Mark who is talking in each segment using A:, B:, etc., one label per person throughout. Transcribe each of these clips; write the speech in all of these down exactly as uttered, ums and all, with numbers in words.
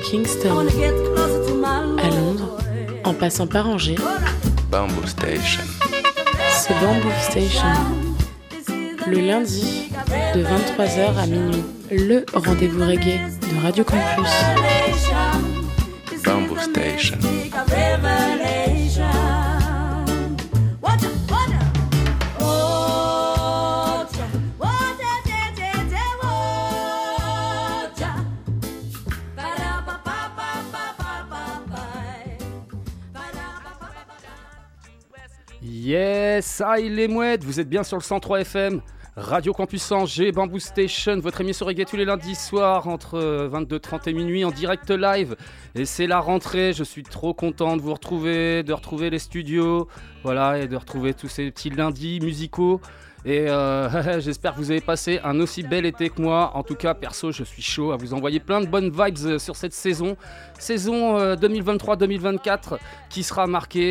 A: Kingston à Londres, en passant par Angers,
B: Bamboo Station.
A: C'est Bamboo Station. Le lundi, de vingt-trois heures à minuit, le rendez-vous reggae de Radio Campus.
B: Bamboo Station.
C: Yes, aïe les mouettes, vous êtes bien sur le cent trois F M, Radio Campus Angers, Bamboo Station, votre émission reggae tous les lundis soirs entre vingt-deux trente et minuit en direct live. Et c'est la rentrée, je suis trop content de vous retrouver, de retrouver les studios, voilà, et de retrouver tous ces petits lundis musicaux. Et euh, j'espère que vous avez passé un aussi bel été que moi. En tout cas, perso, je suis chaud à vous envoyer plein de bonnes vibes sur cette saison. Saison euh, deux mille vingt-trois deux mille vingt-quatre qui sera marquée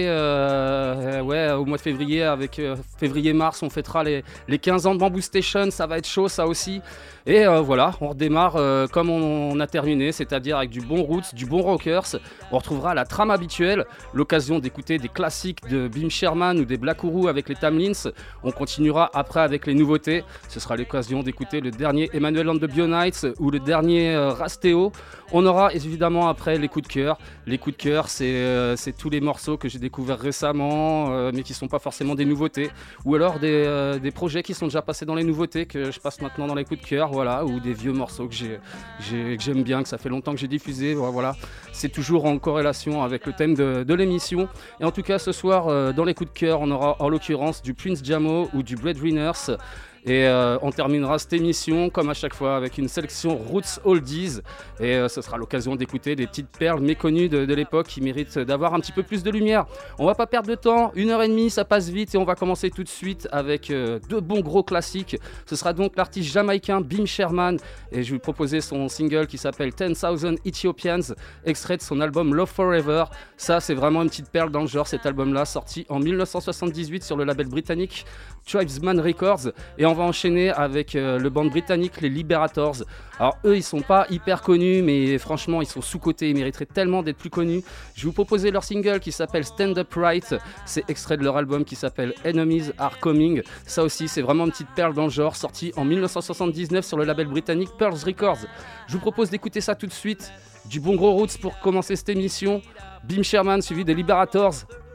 C: euh, ouais, au mois de février. Avec euh, février-mars, on fêtera les, les quinze ans de Bamboo Station. Ça va être chaud, ça aussi. Et euh, voilà, on redémarre euh, comme on, on a terminé, c'est-à-dire avec du bon roots, du bon rockers. On retrouvera la trame habituelle, l'occasion d'écouter des classiques de Bim Sherman ou des Black Uhuru avec les Tamlins. On continuera après avec les nouveautés. Ce sera l'occasion d'écouter le dernier Emmanuel and the Bionites ou le dernier euh, Rasteo. On aura évidemment après les coups de cœur. Les coups de cœur, c'est, euh, c'est tous les morceaux que j'ai découverts récemment, euh, mais qui ne sont pas forcément des nouveautés. Ou alors des, euh, des projets qui sont déjà passés dans les nouveautés, que je passe maintenant dans les coups de cœur. Voilà, ou des vieux morceaux que, j'ai, j'ai, que j'aime bien, que ça fait longtemps que j'ai diffusé. Voilà, c'est toujours en corrélation avec le thème de, de l'émission. Et en tout cas, ce soir, euh, dans les coups de cœur, on aura en l'occurrence du Prince Jamo ou du Breadwinners. Et euh, on terminera cette émission, comme à chaque fois, avec une sélection Roots Oldies. Et euh, ce sera l'occasion d'écouter des petites perles méconnues de, de l'époque qui méritent d'avoir un petit peu plus de lumière. On va pas perdre de temps, une heure et demie, ça passe vite. Et on va commencer tout de suite avec euh, deux bons gros classiques. Ce sera donc l'artiste jamaïcain Bim Sherman. Et je vais vous proposer son single qui s'appelle ten thousand Ethiopians, extrait de son album Love Forever. Ça, c'est vraiment une petite perle dans le genre, cet album-là, sorti en dix-neuf cent soixante-dix-huit sur le label britannique Tribesman Records. Et on va enchaîner avec euh, le band britannique les Liberators. Alors eux ils sont pas hyper connus, mais franchement ils sont sous-cotés, ils mériteraient tellement d'être plus connus. Je vais vous proposer leur single qui s'appelle Stand Up Right. C'est extrait de leur album qui s'appelle Enemies Are Coming. Ça aussi c'est vraiment une petite perle dans le genre, sorti en dix-neuf cent soixante-dix-neuf sur le label britannique Pearls Records. Je vous propose d'écouter ça tout de suite. Du bon gros roots pour commencer cette émission. Bim Sherman suivi des Liberators.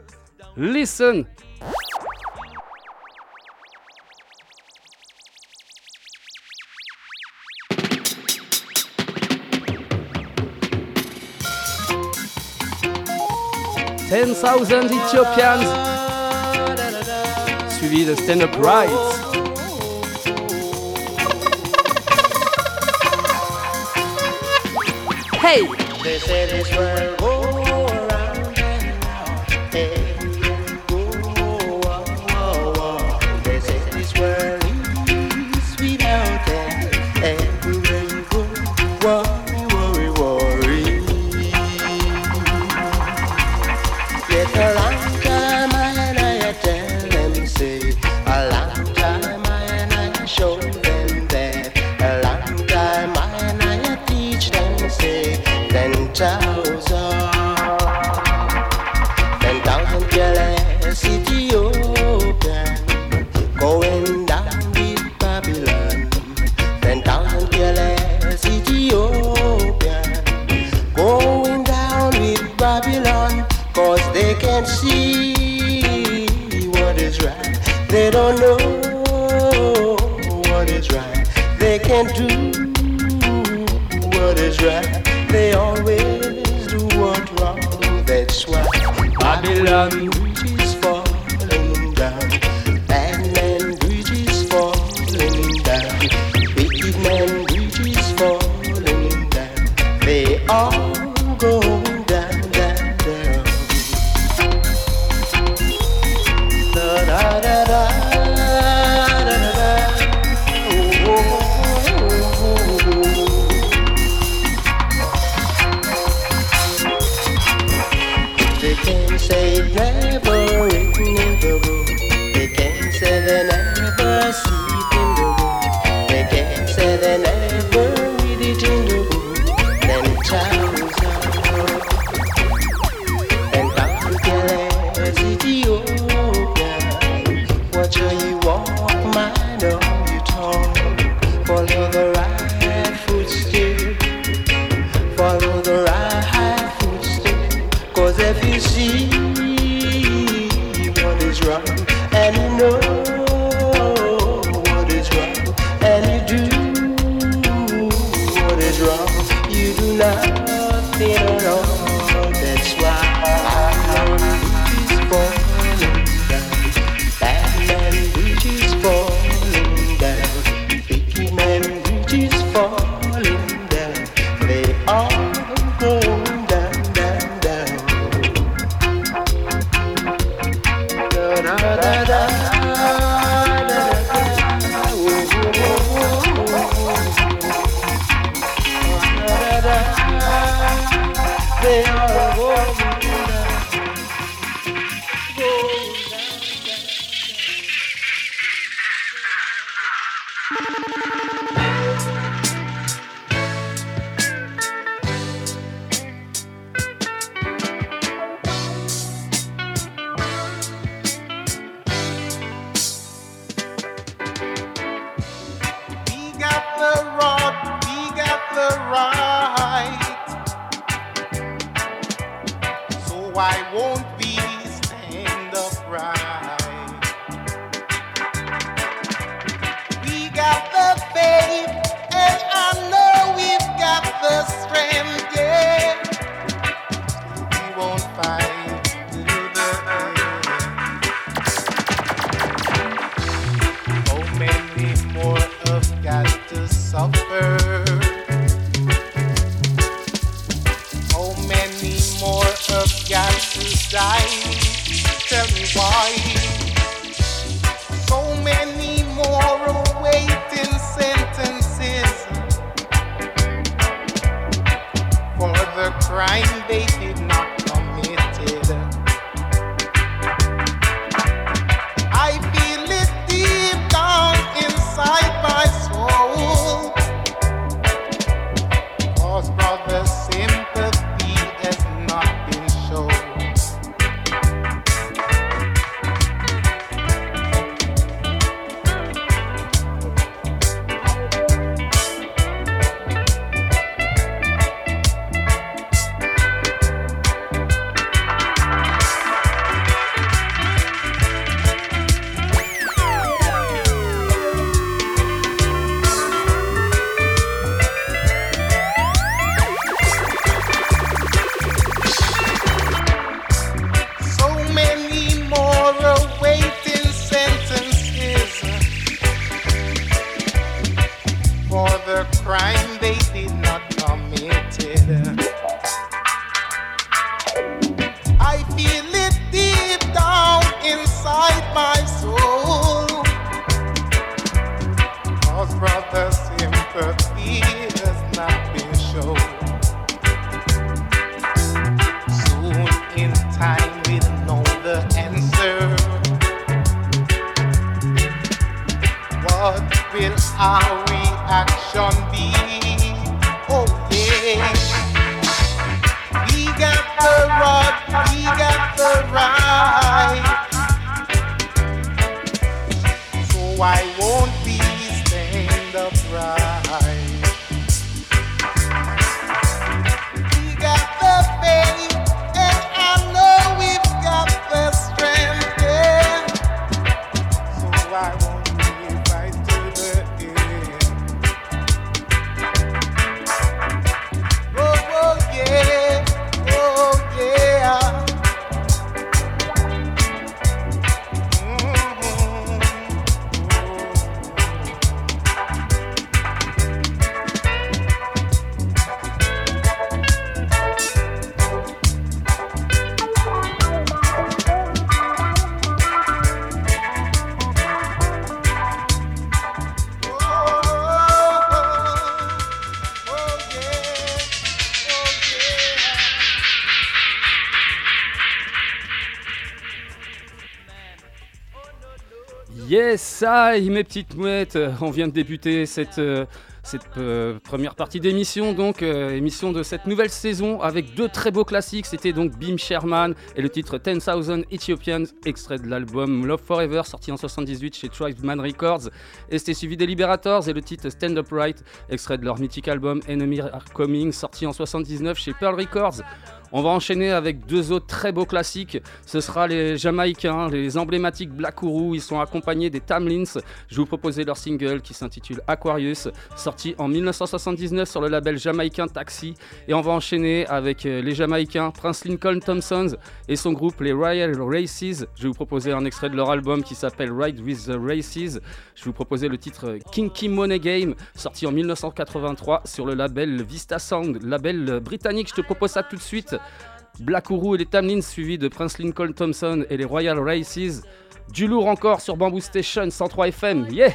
C: Listen. ten thousand Ethiopians, suivi de Stand Up Right. Hey!
D: They say this world go around and round, hey, go, oh, oh, oh. They say this world is sweetheart and everywhere you go, worry, worry, worry. Yet a long time I and I tell them, say, a long time I and I show them that, a long time I and I teach them, say, ten thousand, ten thousand careless Ethiopian going down with Babylon. Ten thousand careless Ethiopian going down with Babylon. Cause they can't see what is right. They don't know what is right. They can't do what is right. They always do what's wrong. That's why Babylon Bridge is falling down. Bad man Bridge is falling down. Wicked man Bridge is falling down. They all going down, down, down. Da da da da da da da. Oh, oh, oh, oh, oh. They can't say never written in the book. They can't say they never see it in the book. They can't say they never read it in the book. Ten thousand. if you see what is wrong and you know what is wrong and you do what is wrong, you do nothing at all. That's why Batman Bridge is falling down, Biggie Man Bridge is falling down, they all going down, down, down. Da da da da, da da da, oh, oh, oh, oh. Da da da, they all going down, going down.
E: We got the rod, we got the right, so why won't we stand upright? We got the faith, and I know we've got the strength, yeah. We won't fight till the end. So many more have got to suffer. How many more have got to die? Tell me why. So many more awaiting sentences for the crime they did not committed. I feel it deep down inside my soul, 'cause brother sympathy has not been shown. So many more awaiting sentences for the crime they did not committed. I feel it deep down inside my soul, 'cause brother sympathy has not been shown. Soon in time we'll know the answer. What will our reaction be? Oh yeah. We got the rod, we got the right, so why won't we stand upright? We got the faith, and I know we've got the strength, yeah. So why won't we fight to the end? Oh, oh yeah, oh yeah.
C: Yes, aïe, mes petites mouettes, on vient de débuter cette, euh, cette euh, première partie d'émission, donc euh, émission de cette nouvelle saison avec deux très beaux classiques. C'était donc Bim Sherman et le titre ten thousand Ethiopians, extrait de l'album Love Forever, sorti en soixante-dix-huit chez Tribesman Records. Et c'était suivi des Liberators et le titre Stand Upright, extrait de leur mythique album Enemy Are Coming, sorti en soixante-dix-neuf chez Pearl Records. On va enchaîner avec deux autres très beaux classiques. Ce sera les Jamaïcains, les emblématiques Black Uhuru. Ils sont accompagnés des Tamlins. Je vais vous proposer leur single qui s'intitule Aquarius, sorti en dix-neuf cent soixante-dix-neuf sur le label jamaïcain Taxi. Et on va enchaîner avec les Jamaïcains Prince Lincoln Thompson et son groupe les Royal Races. Je vais vous proposer un extrait de leur album qui s'appelle Ride with the Races. Je vais vous proposer le titre Kinky Money Game, sorti en dix-neuf cent quatre-vingt-trois sur le label Vista Sound, label britannique. Je te propose ça tout de suite. Black Uhuru et les Tamlins, suivis de Prince Lincoln Thompson et les Royal Races. Du lourd encore sur Bamboo Station cent trois F M. Yeah!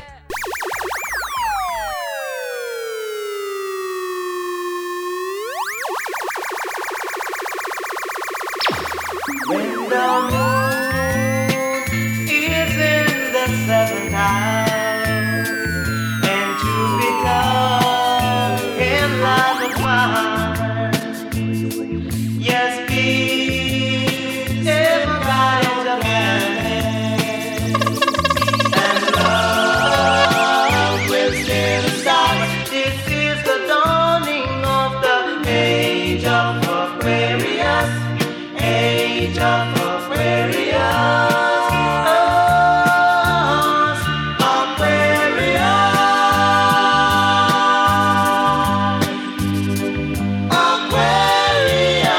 F: When the moon is in the seventh house, and to become in love with fire, yes, peace, everybody's a man, and love will still start. This is the dawning of the age of Aquarius. Age of Aquarius, Aquarius, Aquarius.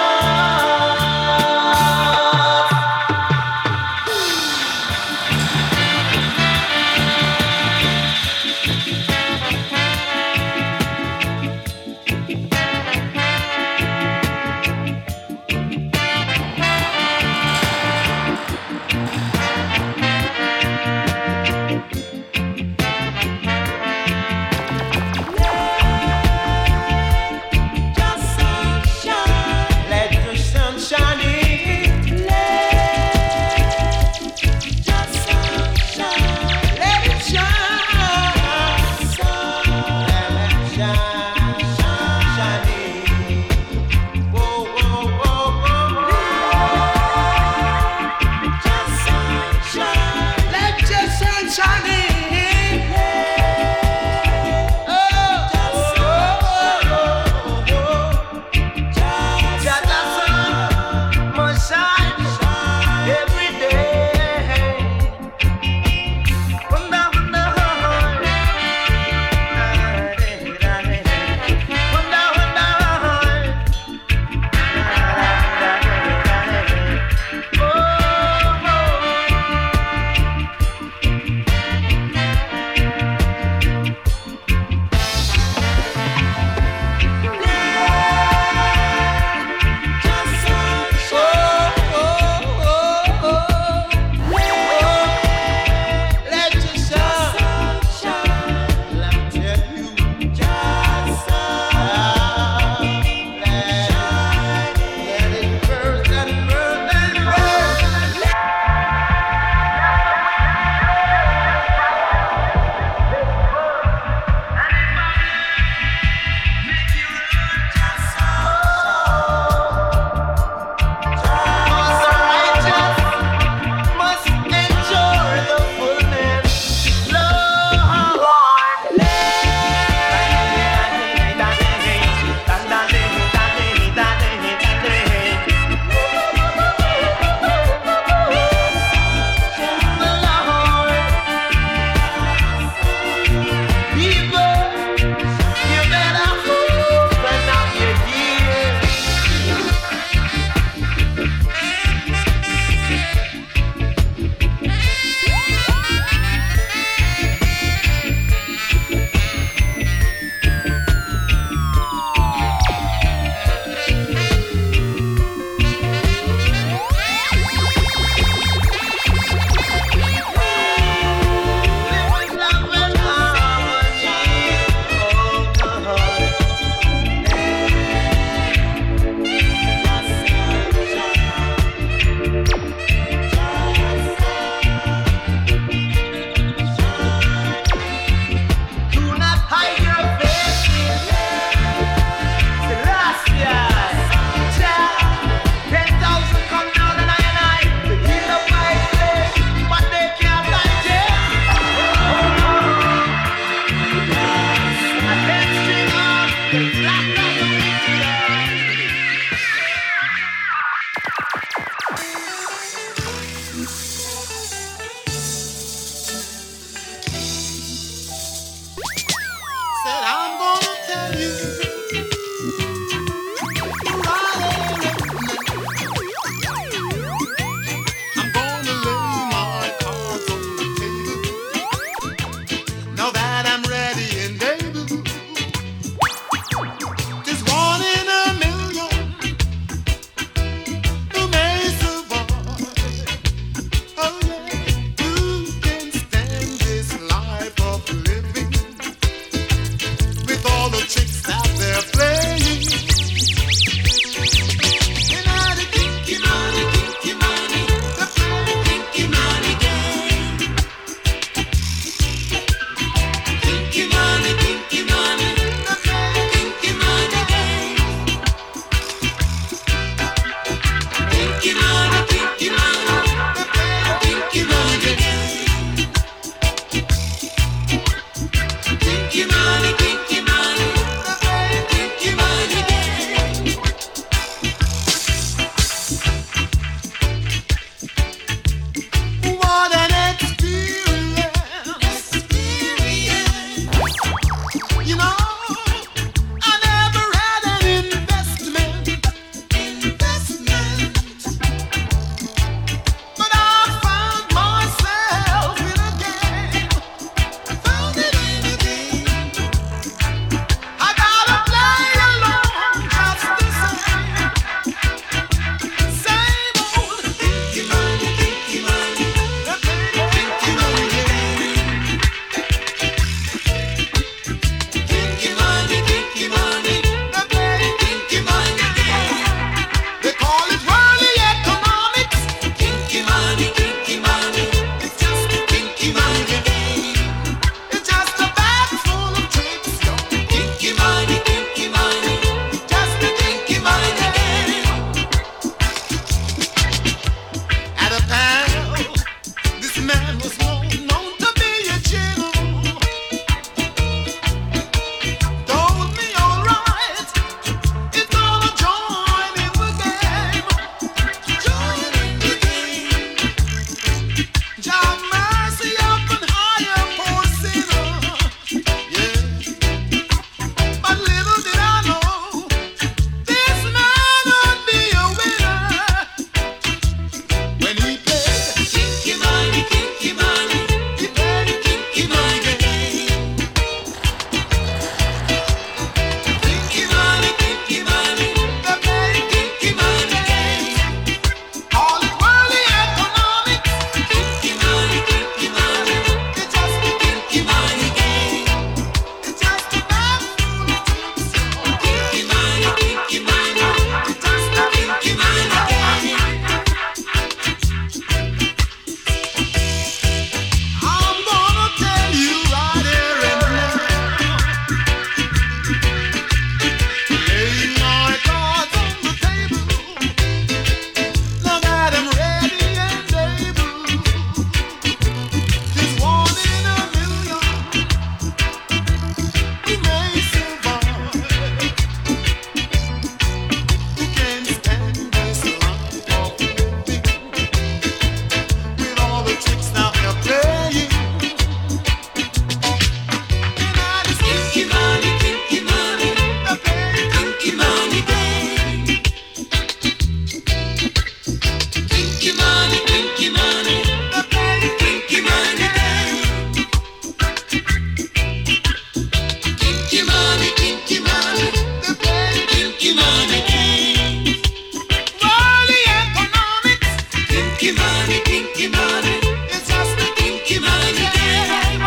G: kinky money, kinky money. It's just the kinky money game.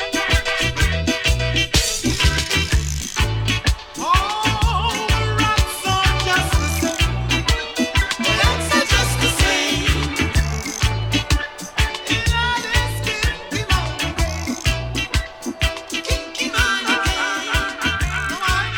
G: All the rocks are just the same. The rocks are just the same. In all this kinky money game. Kinky money game. No, I'm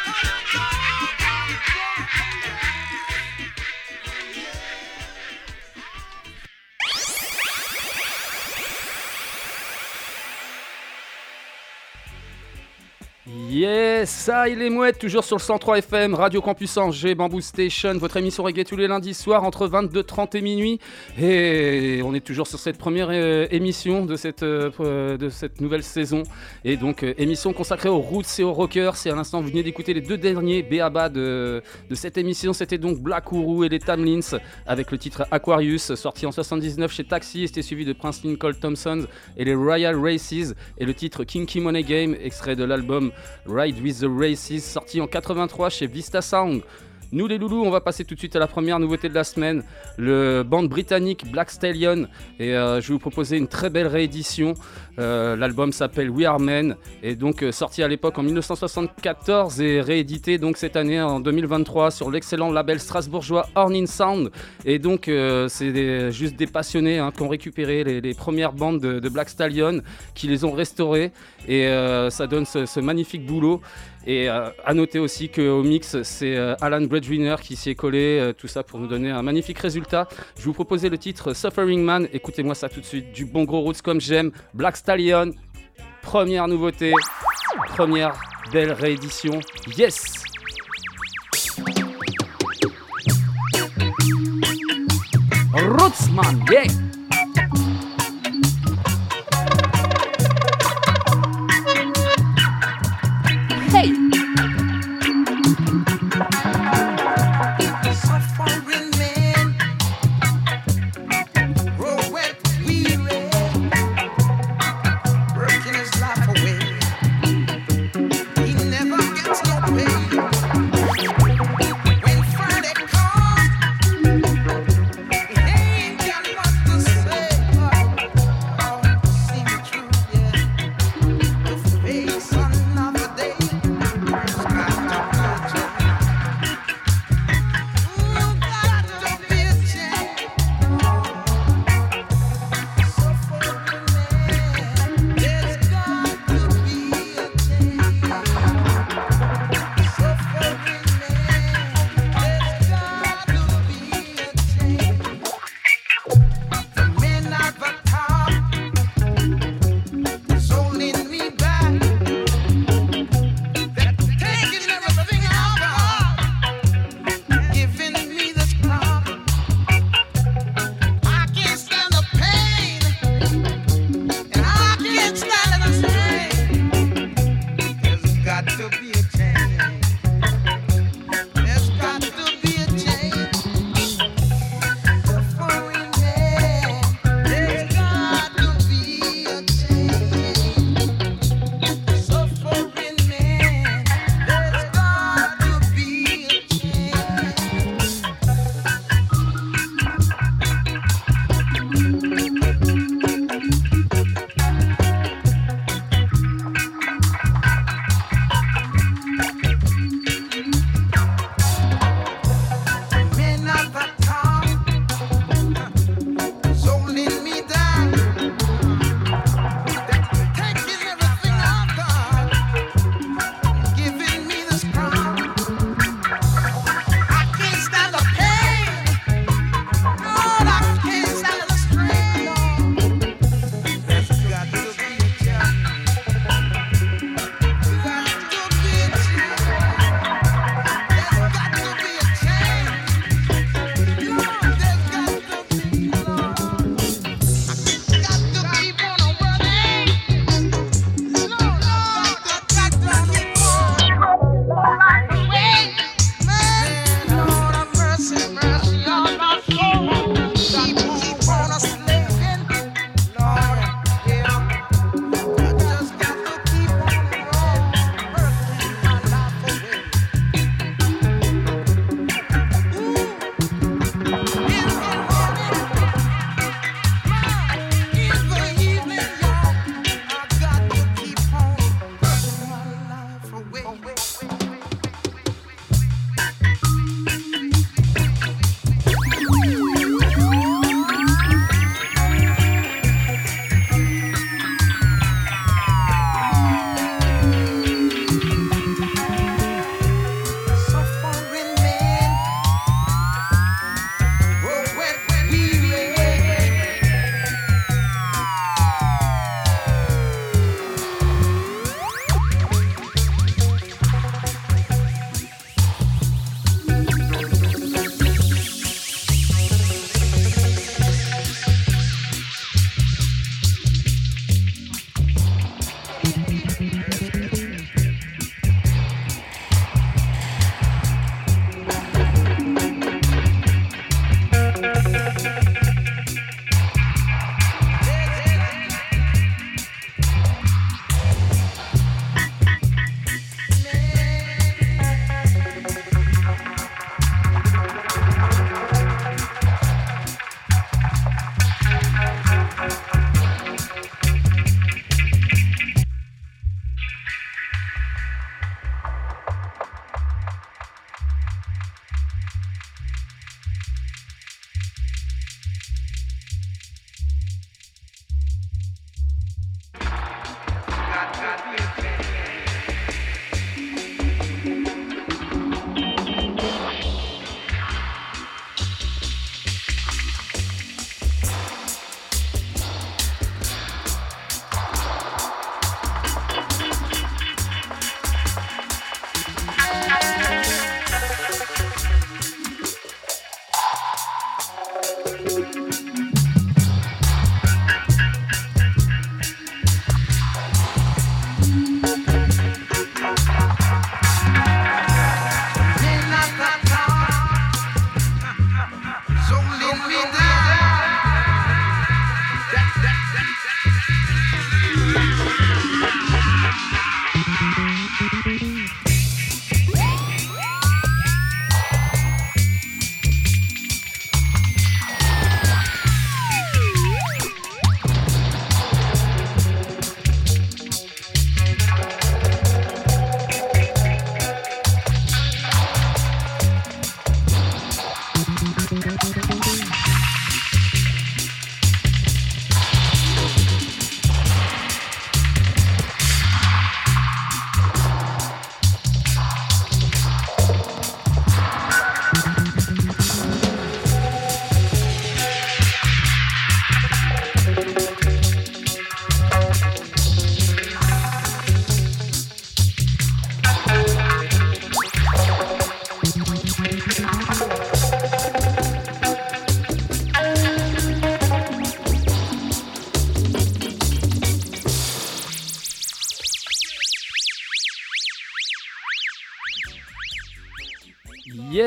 C: Yes, ça il est mouette, toujours sur le cent trois F M, Radio Campus Angers, Bamboo Station, votre émission reggae tous les lundis soirs entre vingt-deux heures trente et minuit. Et on est toujours sur cette première euh, émission de cette, euh, de cette nouvelle saison. Et donc euh, émission consacrée aux roots et aux rockers. Et à l'instant vous venez d'écouter les deux derniers B A B A de, de cette émission. C'était donc Black Uhuru et les Tamlins avec le titre Aquarius, sorti en soixante-dix-neuf chez Taxi. C'était suivi de Prince Lincoln Thompson et les Royal Races et le titre Kinky Money Game, extrait de l'album Ride with the Races, sorti en quatre-vingt-trois chez Vista Sound. Nous les loulous, on va passer tout de suite à la première nouveauté de la semaine, le band britannique Black Stallion, et euh, je vais vous proposer une très belle réédition. Euh, l'album s'appelle We Are Men, et donc euh, sorti à l'époque en dix-neuf cent soixante-quatorze et réédité donc cette année en deux mille vingt-trois sur l'excellent label strasbourgeois Hornin Sound. Et donc euh, c'est des, juste des passionnés hein, qui ont récupéré les, les premières bandes de, de Black Stallion, qui les ont restaurées, et euh, ça donne ce, ce magnifique boulot. Et euh, à noter aussi qu'au mix, c'est euh, Alan Breadwinner qui s'y est collé, euh, tout ça pour nous donner un magnifique résultat. Je vous proposais le titre Suffering Man, écoutez-moi ça tout de suite, du bon gros roots comme j'aime, Black Stallion, première nouveauté, première belle réédition, yes! Rootsman, yeah!
G: suffering man, grow wet, weary, working his life away. He never gets no pay. When Friday comes, he ain't got much to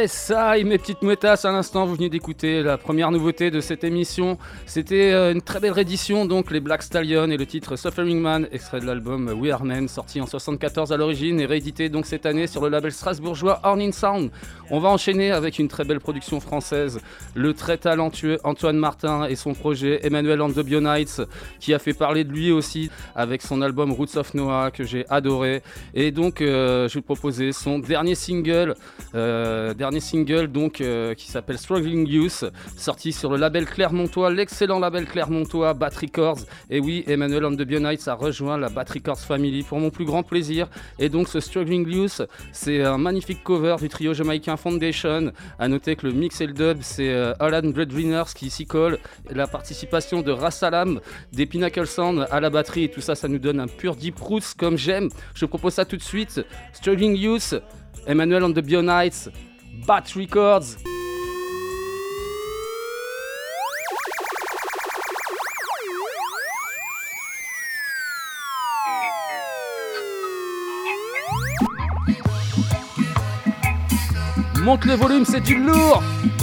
C: Yes, aïe, mes petites mouettasses, à l'instant, vous venez d'écouter la première nouveauté de cette émission. C'était euh, une très belle réédition, donc les Black Stallion et le titre Suffering Man, extrait de l'album We Are Men, sorti en soixante-quatorze à l'origine et réédité donc cette année sur le label strasbourgeois Horn in Sound. On va enchaîner avec une très belle production française, le très talentueux Antoine Martin et son projet Emmanuel and the Bionites, qui a fait parler de lui aussi avec son album Roots of Noah que j'ai adoré. Et donc, euh, je vais vous proposer son dernier single. Euh, dernier single donc euh, qui s'appelle Struggling Youth, sorti sur le label clermontois, l'excellent label clermontois Bat Records. Et oui, Emmanuel and the Bionites a rejoint la Bat Records Family pour mon plus grand plaisir. Et donc ce Struggling Youth, c'est un magnifique cover du trio jamaïcain Foundation. À noter que le mix et le dub, c'est euh, Alan Breadwinners qui s'y colle. La participation de Rassalam, des Pinnacle Sound à la batterie, et tout ça, ça nous donne un pur deep roots comme j'aime. Je propose ça tout de suite. Struggling Youth, Emmanuel and the Bionites, Bat Records. Monte le volume, c'est du lourd.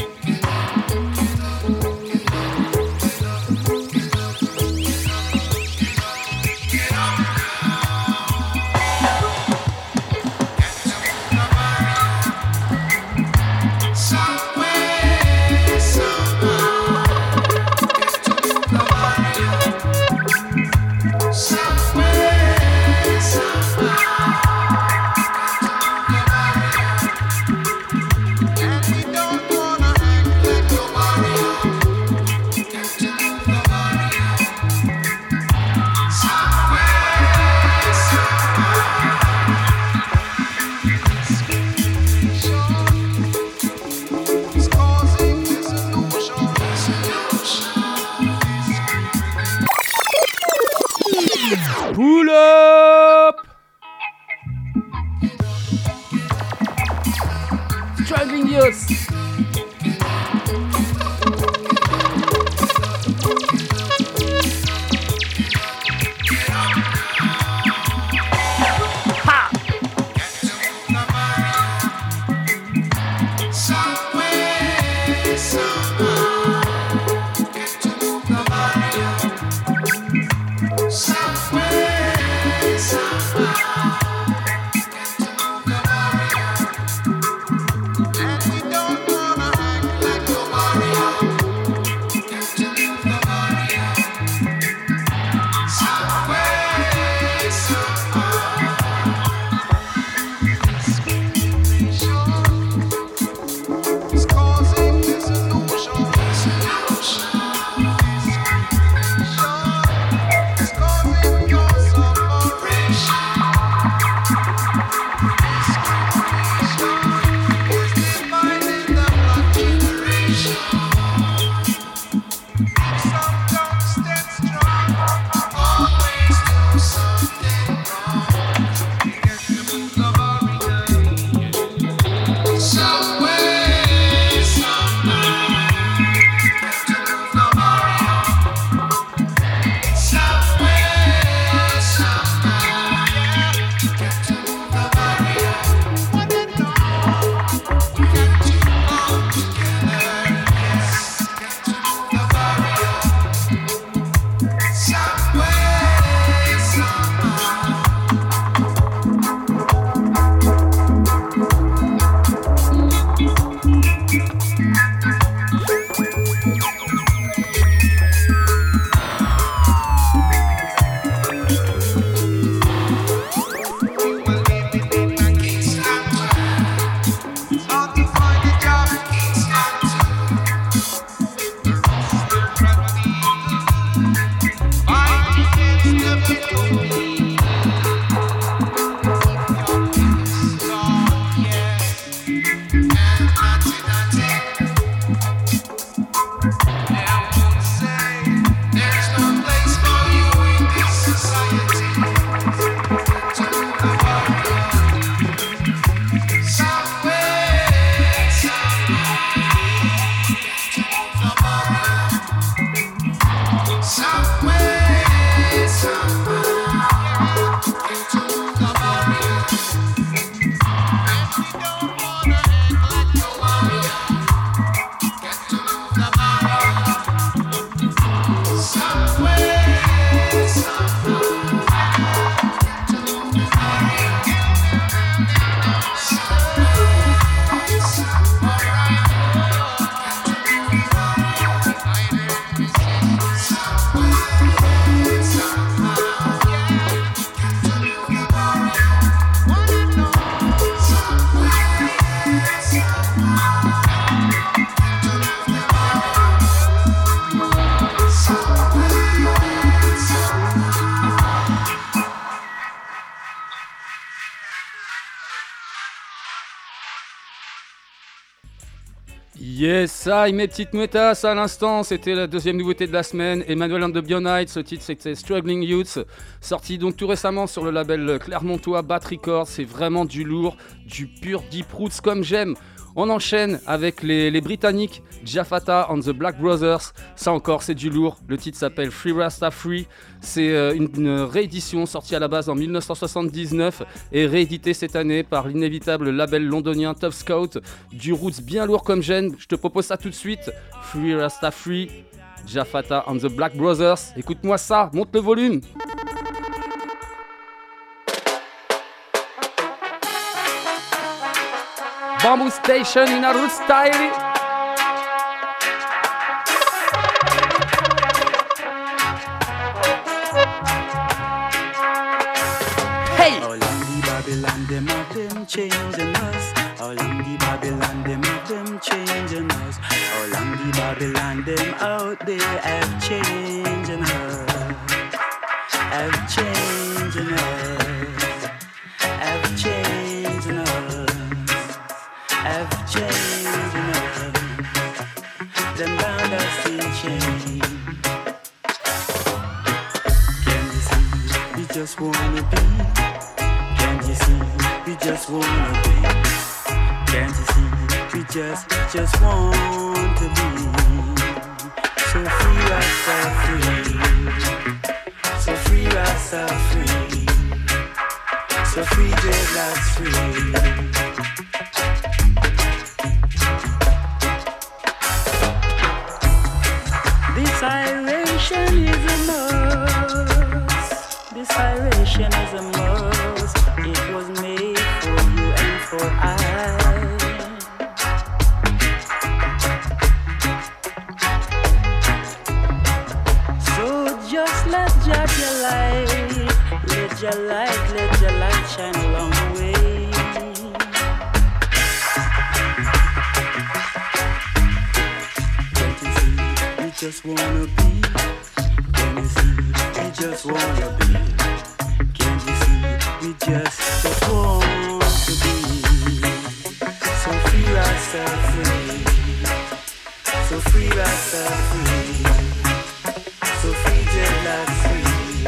C: Pull up! Struggling Youth!
G: Don't wanna act like nobody.
C: Yes, ça, mes petites mouettasses à l'instant, c'était la deuxième nouveauté de la semaine, Emmanuel and the Bionites, le titre c'était Struggling Youths, sorti donc tout récemment sur le label clermontois Bat Records, c'est vraiment du lourd, du pur deep roots comme j'aime. On enchaîne avec les, les Britanniques, Jafata and the Black Brothers, ça encore c'est du lourd, le titre s'appelle Free Rasta Free, c'est euh, une, une réédition sortie à la base en dix-neuf cent soixante-dix-neuf et rééditée cette année par l'inévitable label londonien Tough Scout, du roots bien lourd comme j'aime, je te propose ça tout de suite, Free Rasta Free, Jafata and the Black Brothers, écoute-moi ça, monte le volume. Bamboo Station in a root style. Hey!
H: How long the Babylon them have them changing us? How long the Babylon them have them changing us? How long the Babylon them out there have changing us? Have changing us? Have changing us? Have changed enough. Them bound us in change. Can you see? We just wanna be. Can you see? We just wanna be. Can't you see? We just, just want to be. So free, Rasta free. So free, Rasta free. So free, dreadlocks free. This iration is a must. This iration is a must. It was made for you and for I. So just let your light, let your light, let your light shine along the way. Just wanna be, can you see? We just wanna be, can you see? We just, just want to be. So free ourselves free, so free ourselves free, so free dreadlocks free.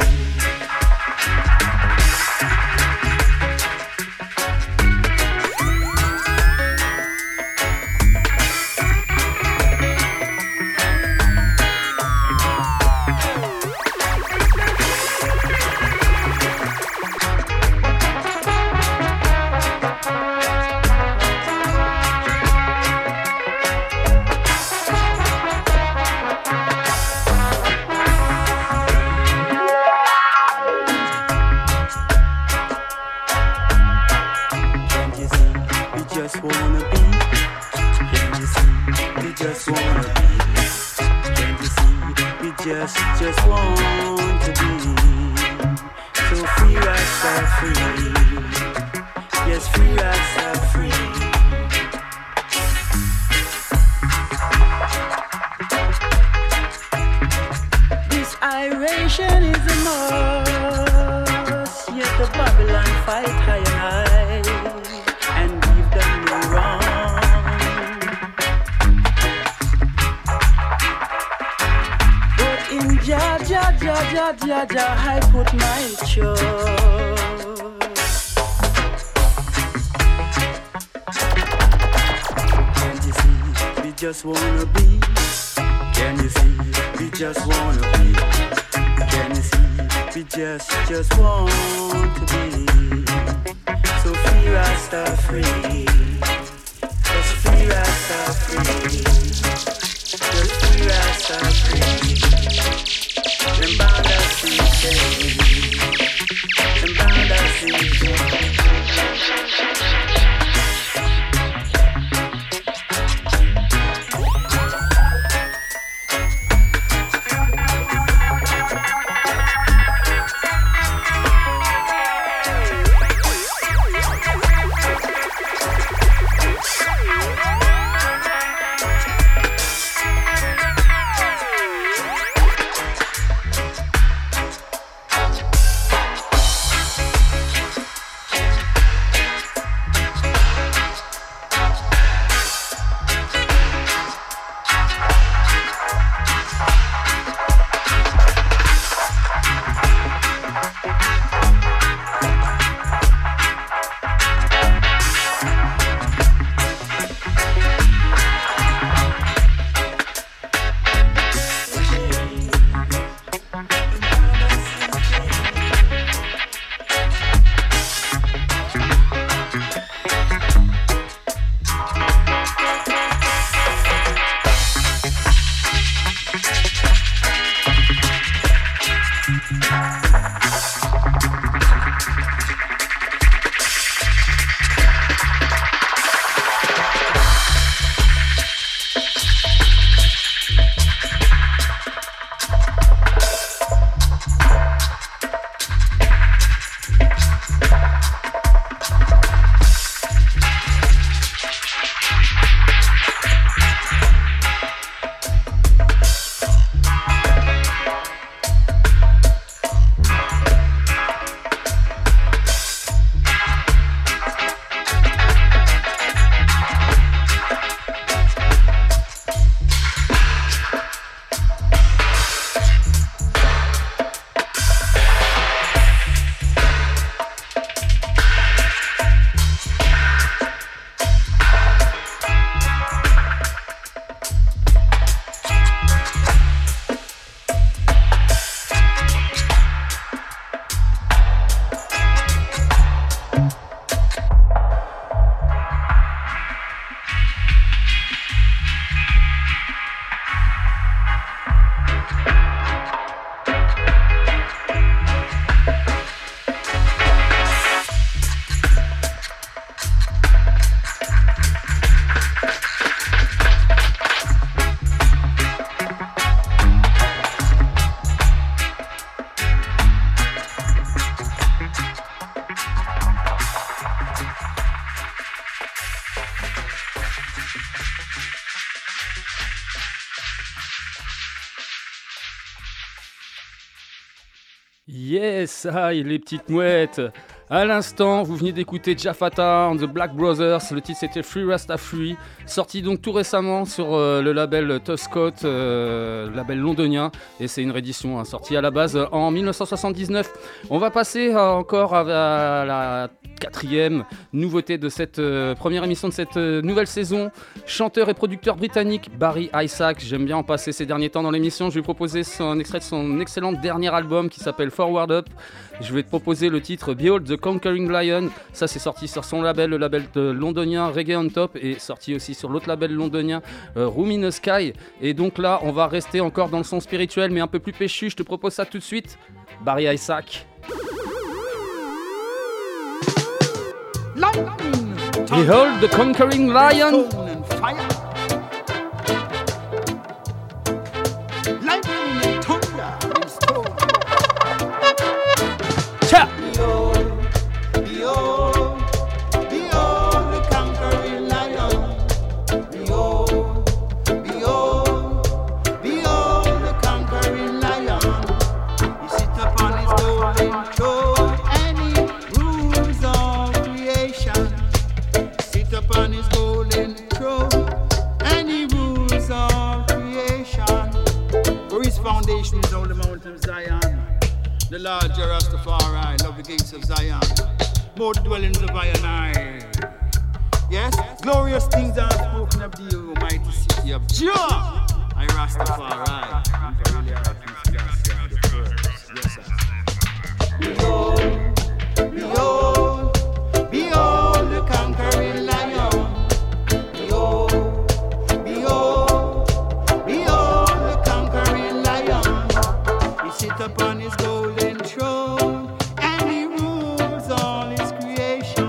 H: Just wanna be, can you see? We just wanna be, can you see? We just, just want to be. So free Rasta free, just free Rasta free, just free Rasta free. Them bound us in chains, them bound us in chains.
C: Yes, aïe, les petites mouettes. À l'instant, vous venez d'écouter Jafata and the Black Brothers. Le titre c'était Free Rasta Free, sorti donc tout récemment sur euh, le label Toscott, euh, label londonien, et c'est une réédition hein, sortie à la base euh, en dix-neuf cent soixante-dix-neuf. On va passer euh, encore à, à la quatrième nouveauté de cette euh, première émission de cette euh, nouvelle saison. Chanteur et producteur britannique Barry Isaac. J'aime bien en passer ces derniers temps dans l'émission. Je vais proposer son, un extrait de son excellent dernier album qui s'appelle Forward Up. Je vais te proposer le titre Behold the Conquering Lion. Ça, c'est sorti sur son label, le label de londonien Reggae on Top, et sorti aussi sur l'autre label londonien euh, Room in the Sky. Et donc là, on va rester encore dans le son spirituel, mais un peu plus péchu. Je te propose ça tout de suite. Barry Isaac.
I: Lightning,
C: Behold the Conquering Lion.
I: stone and fire. Lightning and thunder and stone.
C: Cha!
I: Behold, behold, behold the conquering lion. Behold, behold, behold the conquering lion. He sits upon his golden throne and he rules all creation. Sit upon his golden throne and he rules all creation. For his foundation is on the Mount of Zion. The Lord Rastafari, love the gates of Zion, both dwellings of Ionai. Yes, glorious things are spoken of the almighty city of Jah. I Rastafari. Yes, sir. Behold, behold, behold the conquering lion. Behold, behold, behold the conquering lion. He sits upon his golden throne and he rules all his creation.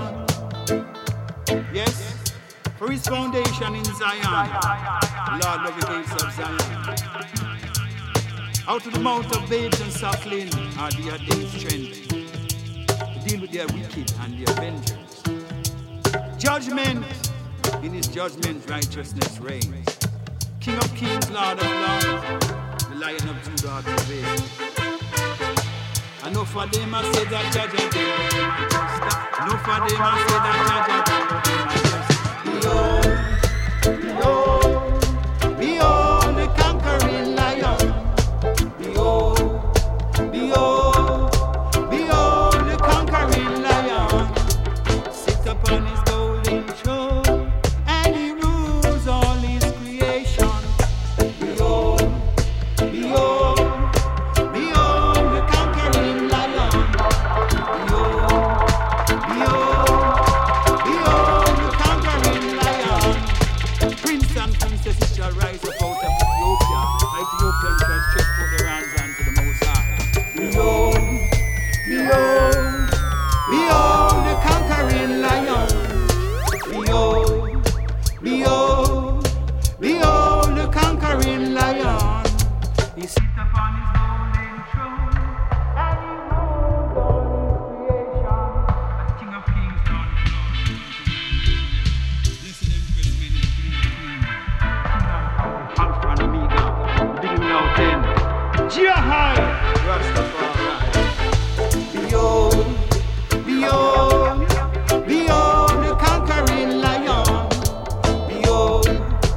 I: Yes, for his foundation in Zion, Lord of the gates of Zion. Out of the mouth of babes and suckling are the ordained strength to deal with their wicked and their avengers. Judgment, in his judgment righteousness reigns. King of kings, Lord of lords, the Lion of Judah prevails. I know for them I say that Jaja did. I know for them I say that Jaja did. Behold, behold, behold the conquering lion. Behold, behold, behold the conquering lion. Sit upon his golden throne and he rules all his creation. Behold, behold, behold the conquering lion. Behold, behold, behold the conquering lion. Prince and princesses shall rise up out of Ethiopia. Ethiopians shall stretch forth their hands unto the Most High. Behold, behold, behold the conquering lion. Behold, behold, behold the conquering lion. He sits upon his golden throne and he rules all his creation. As King of Kings, Lord of Lords. Blessed Empress, many queen, Alpha and Omega, beginning out then. Jihai, Rastafari. Behold, behold, behold the conquering lion. Behold,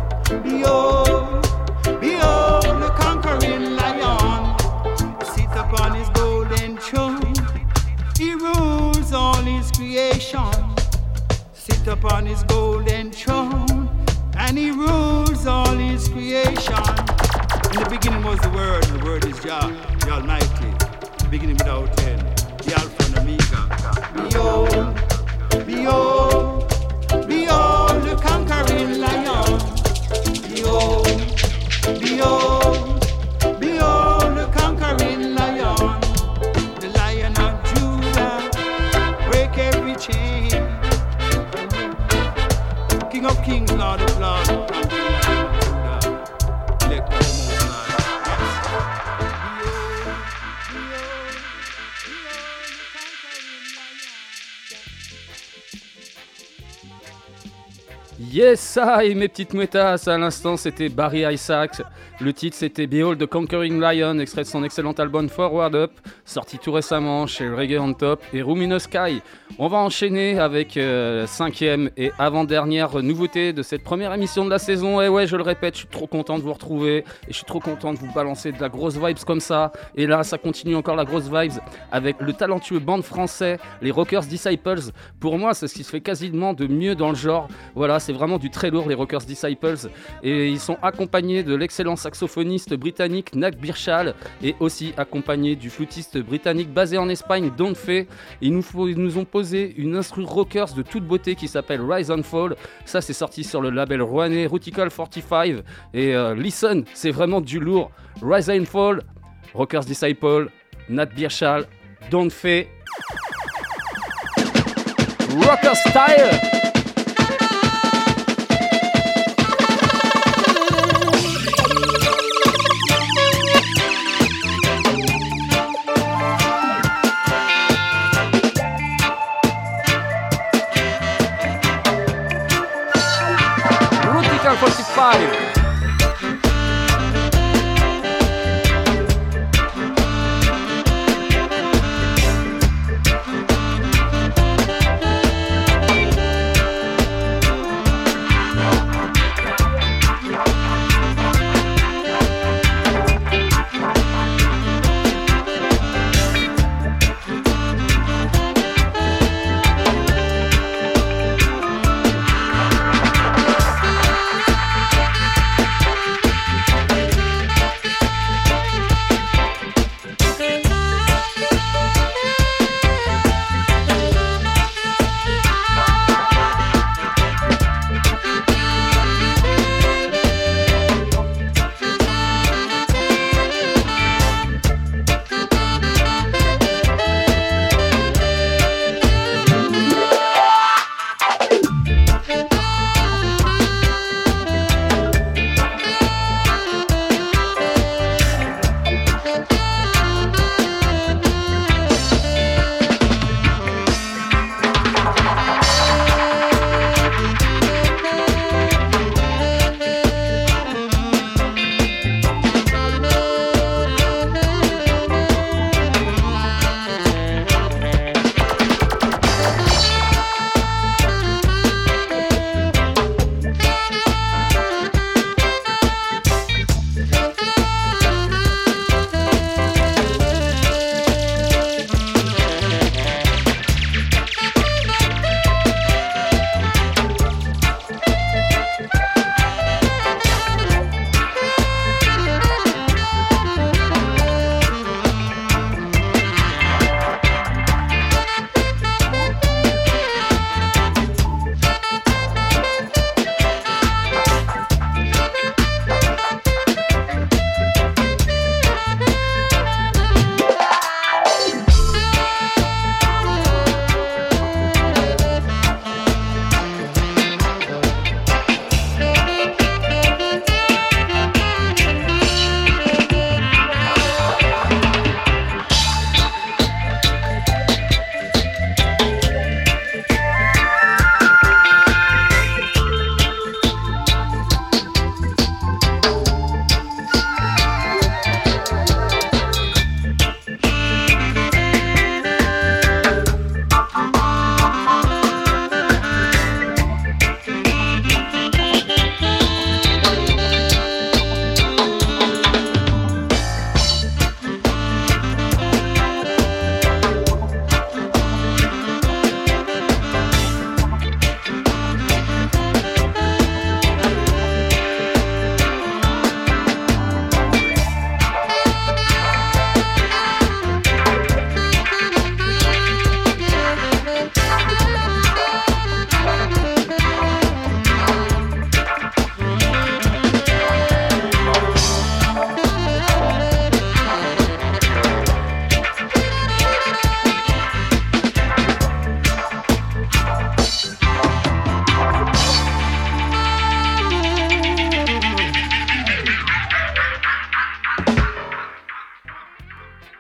I: behold, behold the conquering lion. Sit upon his golden throne. He rules all his creation. Sit upon his golden throne and he rules all his creation. In the beginning was the Word, and the Word is Jah, the Almighty, beginning without end, the Alpha and Omega. Behold, behold, behold the conquering lion. Behold, behold, behold the conquering lion. The Lion of Judah, break every chain. King of kings, Lord of lords, conquering Lion of Judah, elect of the Most High. Yes. Behold, behold, behold the conquering lion.
C: Yes, ça et mes petites mouettasses. À l'instant, c'était Barry Isaacs. Le titre, c'était Behold the Conquering Lion, extrait de son excellent album Forward Up, sorti tout récemment chez Reggae on Top et Room in the Sky. On va enchaîner avec euh, cinquième et avant-dernière nouveauté de cette première émission de la saison. Et ouais, je le répète, je suis trop content de vous retrouver et je suis trop content de vous balancer de la grosse vibes comme ça. Et là, ça continue encore la grosse vibes avec le talentueux band français, les Rockers Disciples. Pour moi, c'est ce qui se fait quasiment de mieux dans le genre. Voilà, c'est vraiment du très lourd, les Rockers Disciples. Et ils sont accompagnés de l'excellent saxophoniste britannique Nat Birchall et aussi accompagnés du flûtiste britannique basé en Espagne, Don Fay. Ils nous, faut, ils nous ont posé une instru rockers de toute beauté qui s'appelle Rise and Fall. Ça, c'est sorti sur le label rouennais Rutical quarante-cinq. Et euh, listen, c'est vraiment du lourd. Rise and Fall, Rockers Disciples, Nat Birchall, Don Fay. Rocker Style. forty-five.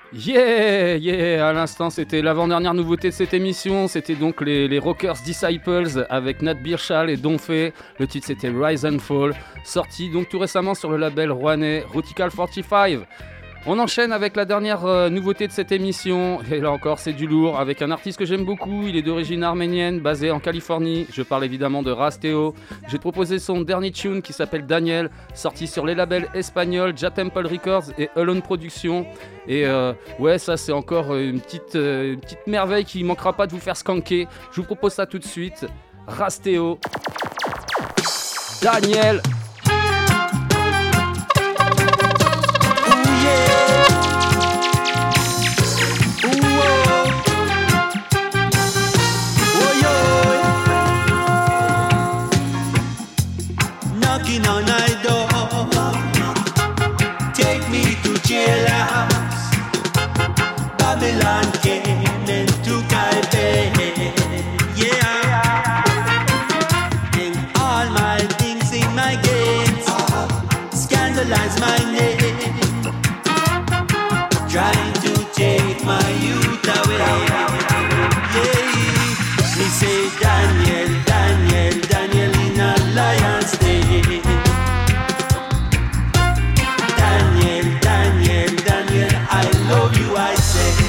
C: Yeah, yeah, à l'instant c'était l'avant-dernière nouveauté de cette émission, c'était donc les, les Rockers Disciples avec Nat Birchall et Donfé. Le titre c'était Rise and Fall, sorti donc tout récemment sur le label rouennais Rutical quarante-cinq. On enchaîne avec la dernière euh, nouveauté de cette émission, et là encore c'est du lourd, avec un artiste que j'aime beaucoup, il est d'origine arménienne, basé en Californie, je parle évidemment de Rasteo. J'ai proposé son dernier tune qui s'appelle Daniel, sorti sur les labels espagnols Ja Temple Records et Alone Productions. Et euh, ouais, ça c'est encore une petite, euh, une petite merveille qui manquera pas de vous faire skanker. Je vous propose ça tout de suite, Rasteo, Daniel.
H: Knocking on my door, take me to jailhouse. Babylon came and took my bed, yeah. And all my things in my gates scandalize my name, trying to take my youth away. Yeah, me say Daniel, Daniel, Daniel in a lion's den. Daniel, Daniel, Daniel, I love you, I say.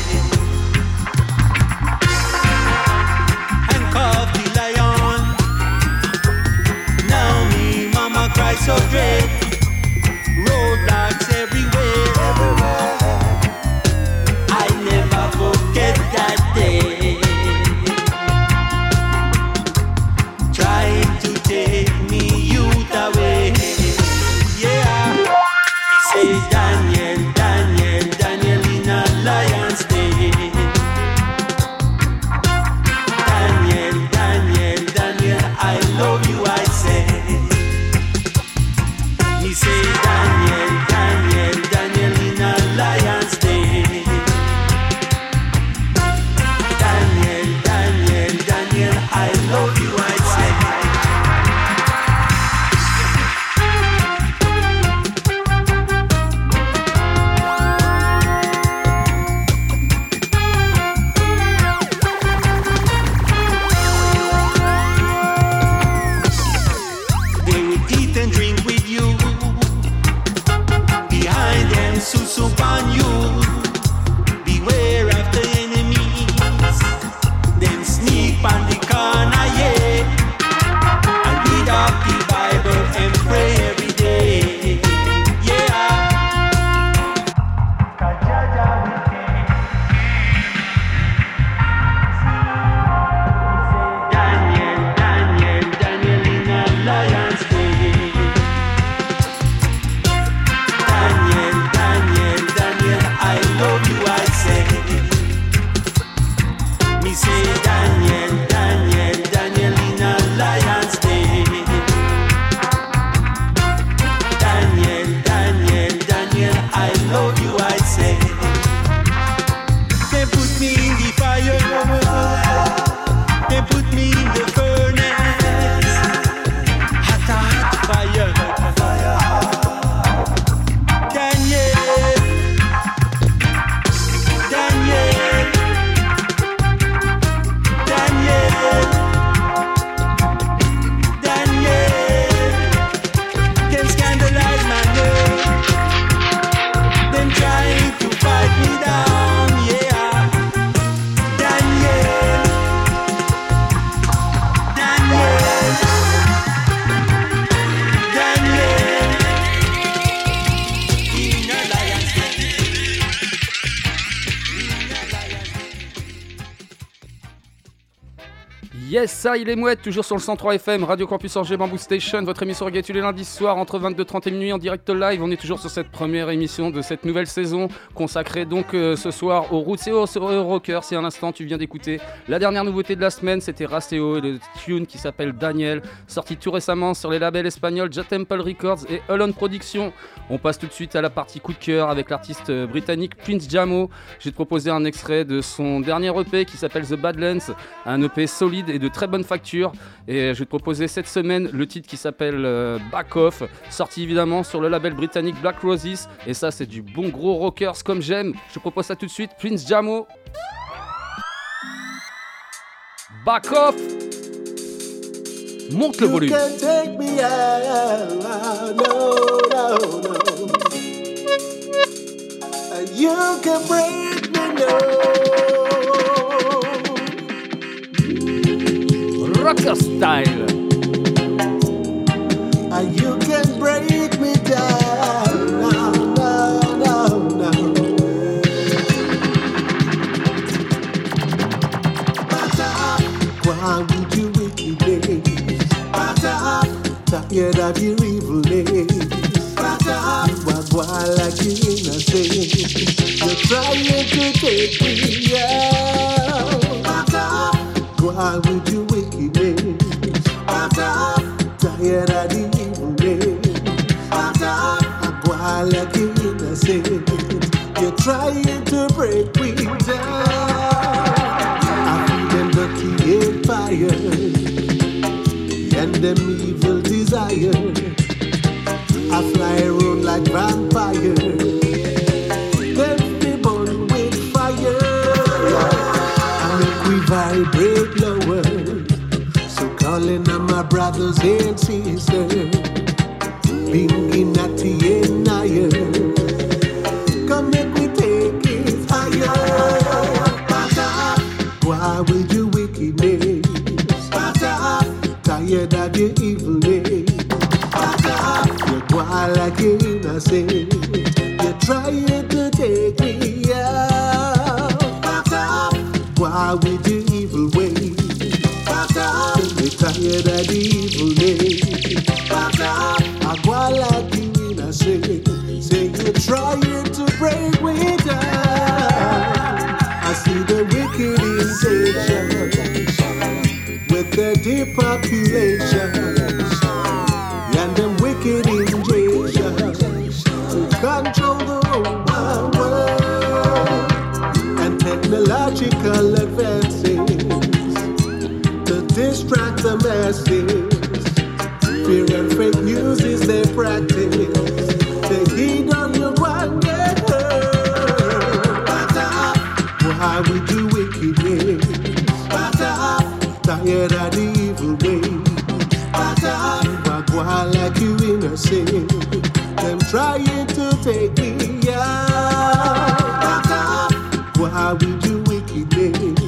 H: Handcuff the lion. Now me, mama cry so great. Roadblocks everywhere, everywhere. I never forget that day. Trying to take me youth away. Yeah. He say Daniel, Daniel, Daniel in a lion's den. Daniel, Daniel, Daniel, I love you, I say. Me say Daniel, Daniel, Daniel in a lion's den. Daniel, Daniel, Daniel, I love you, I say. They would eat and drink with you. Behind them, susu on you. Beware of the enemies. Then sneak on the corner, yeah. And read up the Bible and pray every day. Yeah. Daniel, Daniel, Daniel in a lion's den. Daniel, Daniel, Daniel, I love you, I say. Me say Daniel, Daniel, Daniel in a lion's den. Daniel, Daniel, Daniel, I love you, I say. They put me in the fire. They put me in the furnace. Hot, hot fire. Daniel, Daniel, Daniel, Daniel. Them scandalize my name. Them trying to fight me down, yeah. Daniel, Daniel, Daniel. In a lion's den. In a lion's den.
C: Yes, ça il est mouette, toujours sur le cent trois F M, Radio Campus Angers, Bamboo Station, votre émission reggae tous les lundis soirs entre vingt-deux trente et minuit en direct live. On est toujours sur cette première émission de cette nouvelle saison, consacrée donc euh, ce soir aux roots et aux, aux rockers. Si à l'instant tu viens d'écouter la dernière nouveauté de la semaine, c'était Rasteo et le tune qui s'appelle Daniel, sorti tout récemment sur les labels espagnols Ja Temple Records et Alone Productions. On passe tout de suite à la partie coup de cœur avec l'artiste euh, britannique Prince Jamo. J'ai proposé un extrait de son dernier E P qui s'appelle The Badlands, un E P solide et de très bonne facture. Et je vais te proposer cette semaine le titre qui s'appelle euh, Back Off, sorti évidemment sur le label britannique Black Roses. Et ça, c'est du bon gros rockers comme j'aime. Je te propose ça tout de suite. Prince Jamo. Back Off. Monte le
J: You
C: volume.
J: can take me out, no, no, no. You can break me, no.
C: Rocker style.
J: You can break me down, no, no, no, no. Why would you wicked ways? Tired of your evil ways. You are wild like you innocent. You're trying to take me out. Why would you wicked ways? Tired of the evil ways. I'm wild like you innocent. You're trying to break me down. I feel them dirty and fire and them evil desire. I fly around like vampire. Let me burn with fire. I make we vibrate lower. So calling on my brothers and sisters, bringing natty and higher. Come make me take it higher. Why would you wickedness? Tired of your evil ways. You're wild like you're innocent. You're trying to take me out. Why with your evil ways? You're tired of the evil ways. I'm wild like you're innocent. Say you're trying to break me down. I see the wicked intention with their depopulation and them wicked injections to control the whole wide world, and technological advances to distract the masses. Fear and fake news is their practice. They heed on your wonder. Why would you wickedness? Tired of the evil ways. You are wild like you innocent. Them trying to take me out. Why would you wickedness?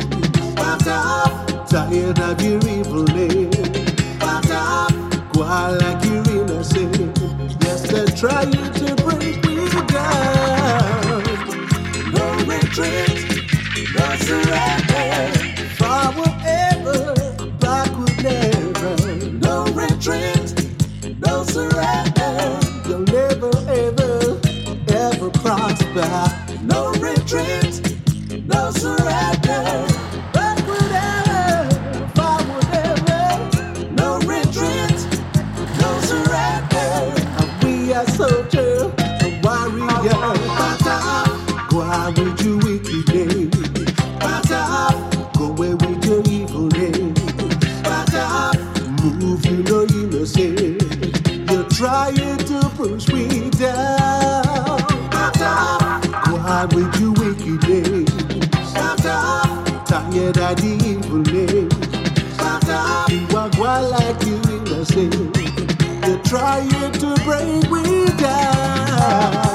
J: Tired of your evil ways. Wild like you innocent. Yes, they're trying to break me down. No retreat, no surrender. Forward ever, backward never. No retreat, no surrender. You'll never, ever, ever prosper. No retreat, no surrender. Backward ever, forward ever. No retreat, no surrender. And we are soldiers, a warrior. Why would you wickedness? Go away with your evil name. Move, you know innocent. You're trying to push me down. Why would you wickedness? Tired of the evil name. You are wild like you innocent. You're trying to break me down.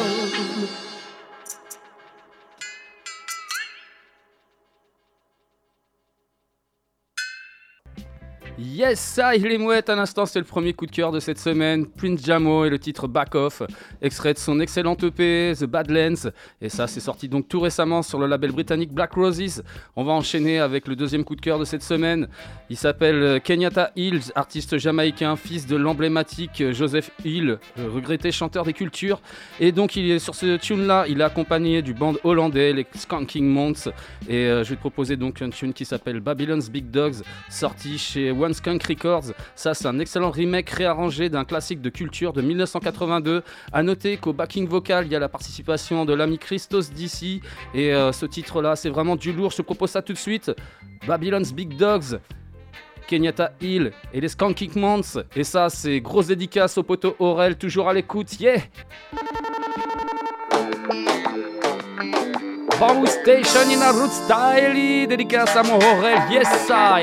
C: Yes, ça, il est mouette. À l'instant, c'est le premier coup de cœur de cette semaine. Prince Jamo et le titre Back Off, extrait de son excellent E P The Badlands. Et ça, c'est sorti donc tout récemment sur le label britannique Black Roses. On va enchaîner avec le deuxième coup de cœur de cette semaine. Il s'appelle Kenyatta Hills, artiste jamaïcain, fils de l'emblématique Joseph Hill, regretté chanteur des cultures. Et donc, il est sur ce tune-là, il est accompagné du band hollandais, les Skanking Months. Et euh, je vais te proposer donc un tune qui s'appelle Babylon's Big Dogs, sorti chez One Skunk Records. Ça, c'est un excellent remake réarrangé d'un classique de culture de dix-neuf cent quatre-vingt-deux. À noter qu'au backing vocal, il y a la participation de l'ami Christos d'ici. Et euh, ce titre-là, c'est vraiment du lourd. Je te propose ça tout de suite. Babylon's Big Dogs. Kenyatta Hill et les Skanking Months. Et ça, c'est grosse dédicace au poteau Aurel, toujours à l'écoute, yeah! Bamboo Station in a root style, dédicace à mon Aurel, yes I!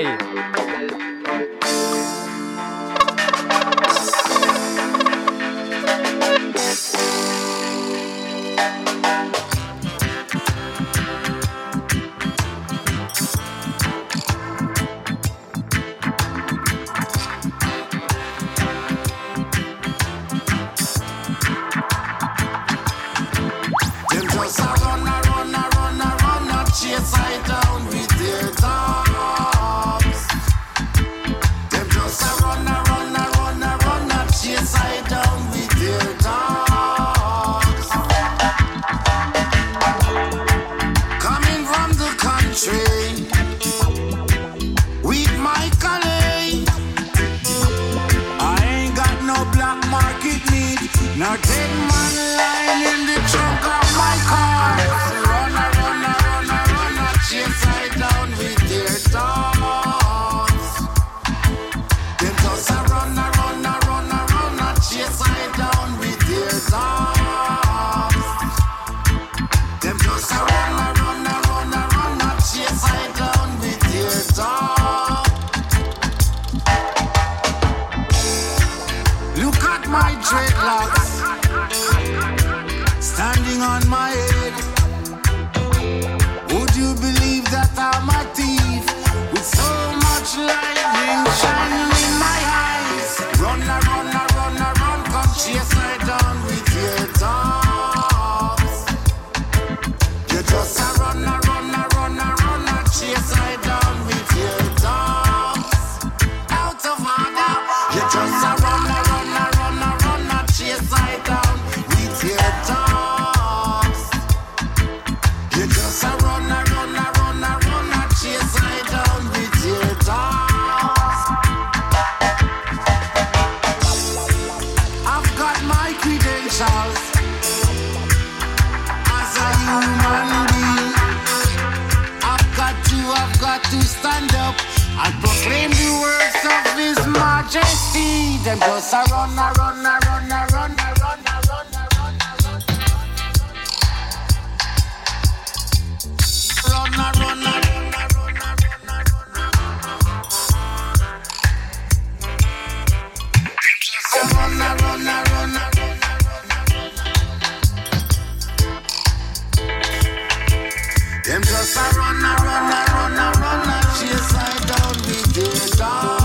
K: Now take my line in the trunk of my car. Run, run, run, run, run, chase I down with their dogs. Them just a run, run, run, run, chase I down with their dogs. Them just a run, run, run, run, chase I down with their dogs. Look at my dreadlocks standing on my head. Would you believe that I'm a thief with so much lightning shining in my eyes? Run, a run, a run, a run, come chase I down with your dogs. You just a run, a run, a run, a run, a chase I down with your dogs. Out of order, you just a run, a run, a run, a run, a chase I down with your dogs. You just a run, a run, a run, a run, a chase I down with your dogs. I've got my credentials as a human being. I've got to, I've got to stand up and proclaim the words of His Majesty. Them just a run, a run, a run, a run, a run, a run, a run, a run. Run, a run, a run, a run, a run, a run. Them just a run, a run, a run, a run, a run, a run. Them just a run, a run, a run, a run, a chase I down with their dogs.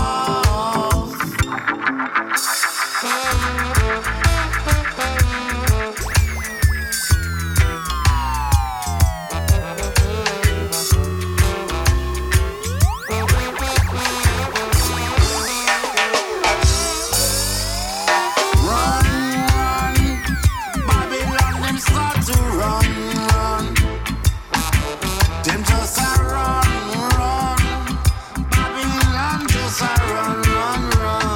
K: Run, run, Babylon, them start to run, run. Them just a run, run. Babylon just a run, run, run.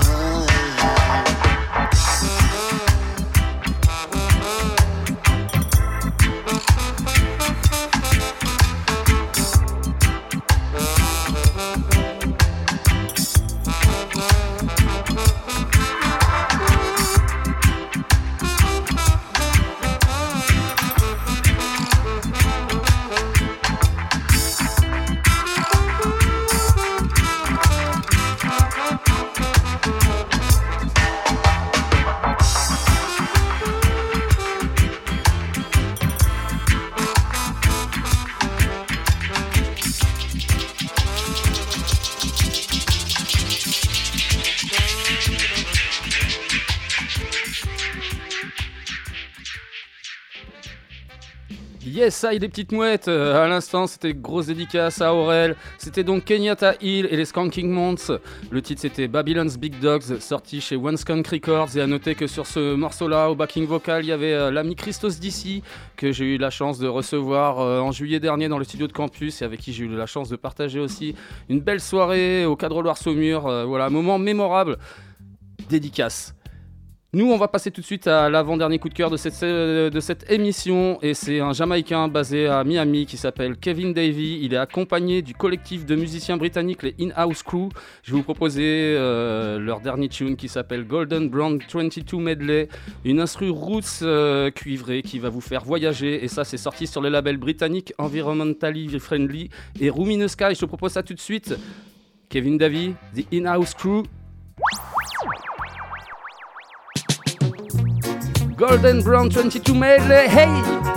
C: Yes, ça y des petites mouettes. Euh, à l'instant, c'était grosse dédicace à Aurel. C'était donc Kenyatta Hill et les Skanking Months. Le titre, c'était Babylon's Big Dogs, sorti chez One Skunk Records. Et à noter que sur ce morceau-là, au backing vocal, il y avait euh, l'ami Christos d'ici, que j'ai eu la chance de recevoir euh, en juillet dernier dans le studio de Campus, et avec qui j'ai eu la chance de partager aussi une belle soirée au Cadre Loire Saumur. Euh, voilà, un moment mémorable. Dédicace. Nous, on va passer tout de suite à l'avant-dernier coup de cœur de cette, de cette émission. Et c'est un Jamaïcain basé à Miami qui s'appelle Kevin Davey. Il est accompagné du collectif de musiciens britanniques, les In-House Crew. Je vais vous proposer euh, leur dernier tune qui s'appelle Golden Brown vingt-deux Medley. Une instru roots euh, cuivrée qui va vous faire voyager. Et ça, c'est sorti sur le label britannique Environmentally Friendly et Ruminous Sky. Je te propose ça tout de suite. Kevin Davey, The In-House Crew. Golden Brown vingt-deux Medley, hey!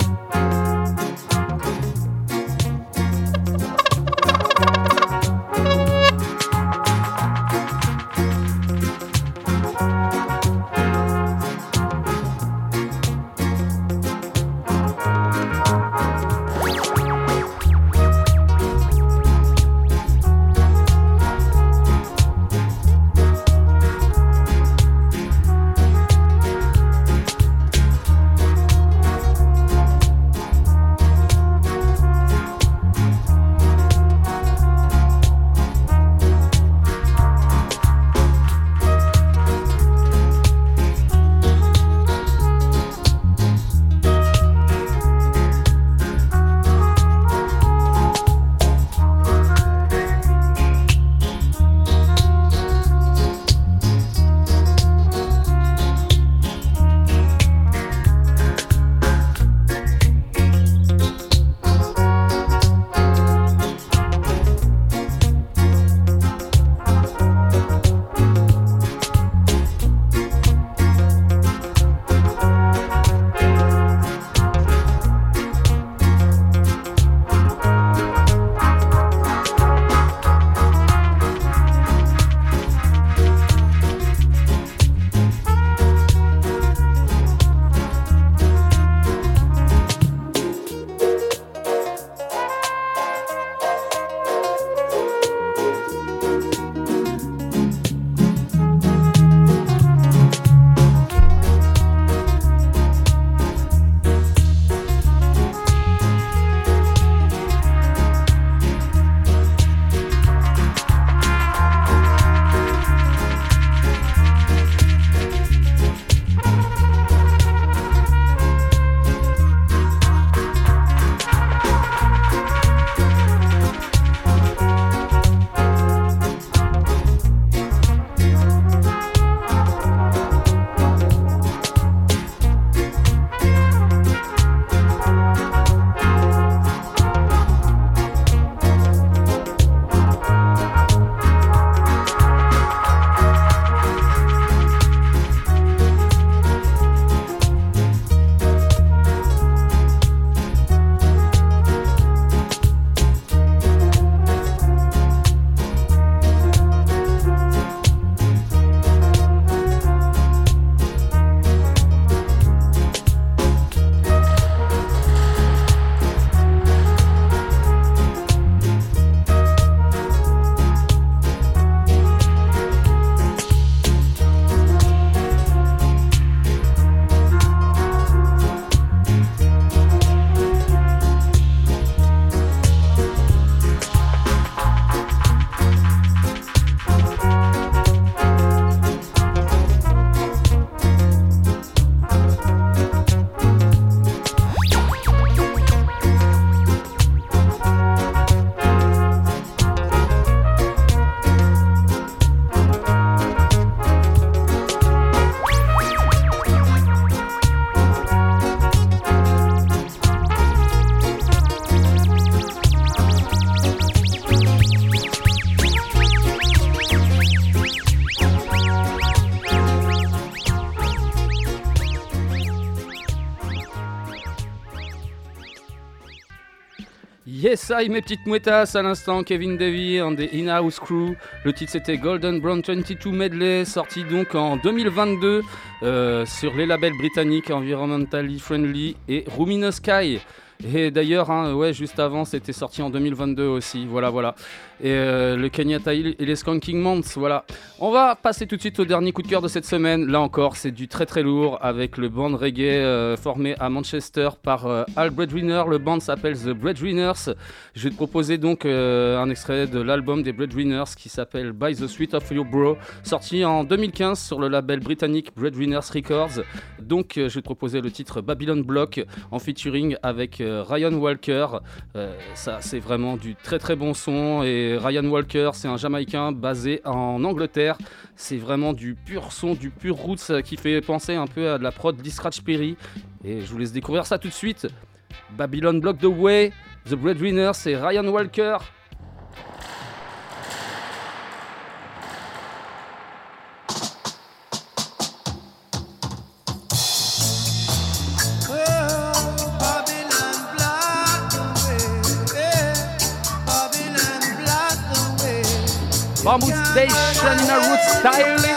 C: Yes, I, mes petites mouettas, à l'instant, Kevin Davey and the In-House Crew. Le titre c'était Golden Brown vingt-deux Medley, sorti donc en deux mille vingt-deux euh, sur les labels britanniques Environmentally Friendly et Ruminous Sky. Et d'ailleurs, hein, ouais, juste avant, c'était sorti en deux mille vingt-deux aussi. Voilà, voilà. Et euh, le Kenyatta Hill et les Skanking Months, voilà. On va passer tout de suite au dernier coup de cœur de cette semaine. Là encore, c'est du très très lourd avec le band reggae euh, formé à Manchester par euh, Al Breadwinner. Le band s'appelle The Breadwinners. Je vais te proposer donc euh, un extrait de l'album des Breadwinners qui s'appelle By the Sweet of Your Bro, sorti en deux mille quinze sur le label britannique Breadwinners Records. Donc euh, je vais te proposer le titre Babylon Block en featuring avec euh, Ryan Walker. Euh, ça c'est vraiment du très très bon son. Et Ryan Walker, c'est un Jamaïcain basé en Angleterre. C'est vraiment du pur son, du pur roots qui fait penser un peu à de la prod d'E Scratch Perry. Et je vous laisse découvrir ça tout de suite. Babylon Block the Way, The Breadwinner, c'est Ryan Walker. Bamboo Station in a roots style.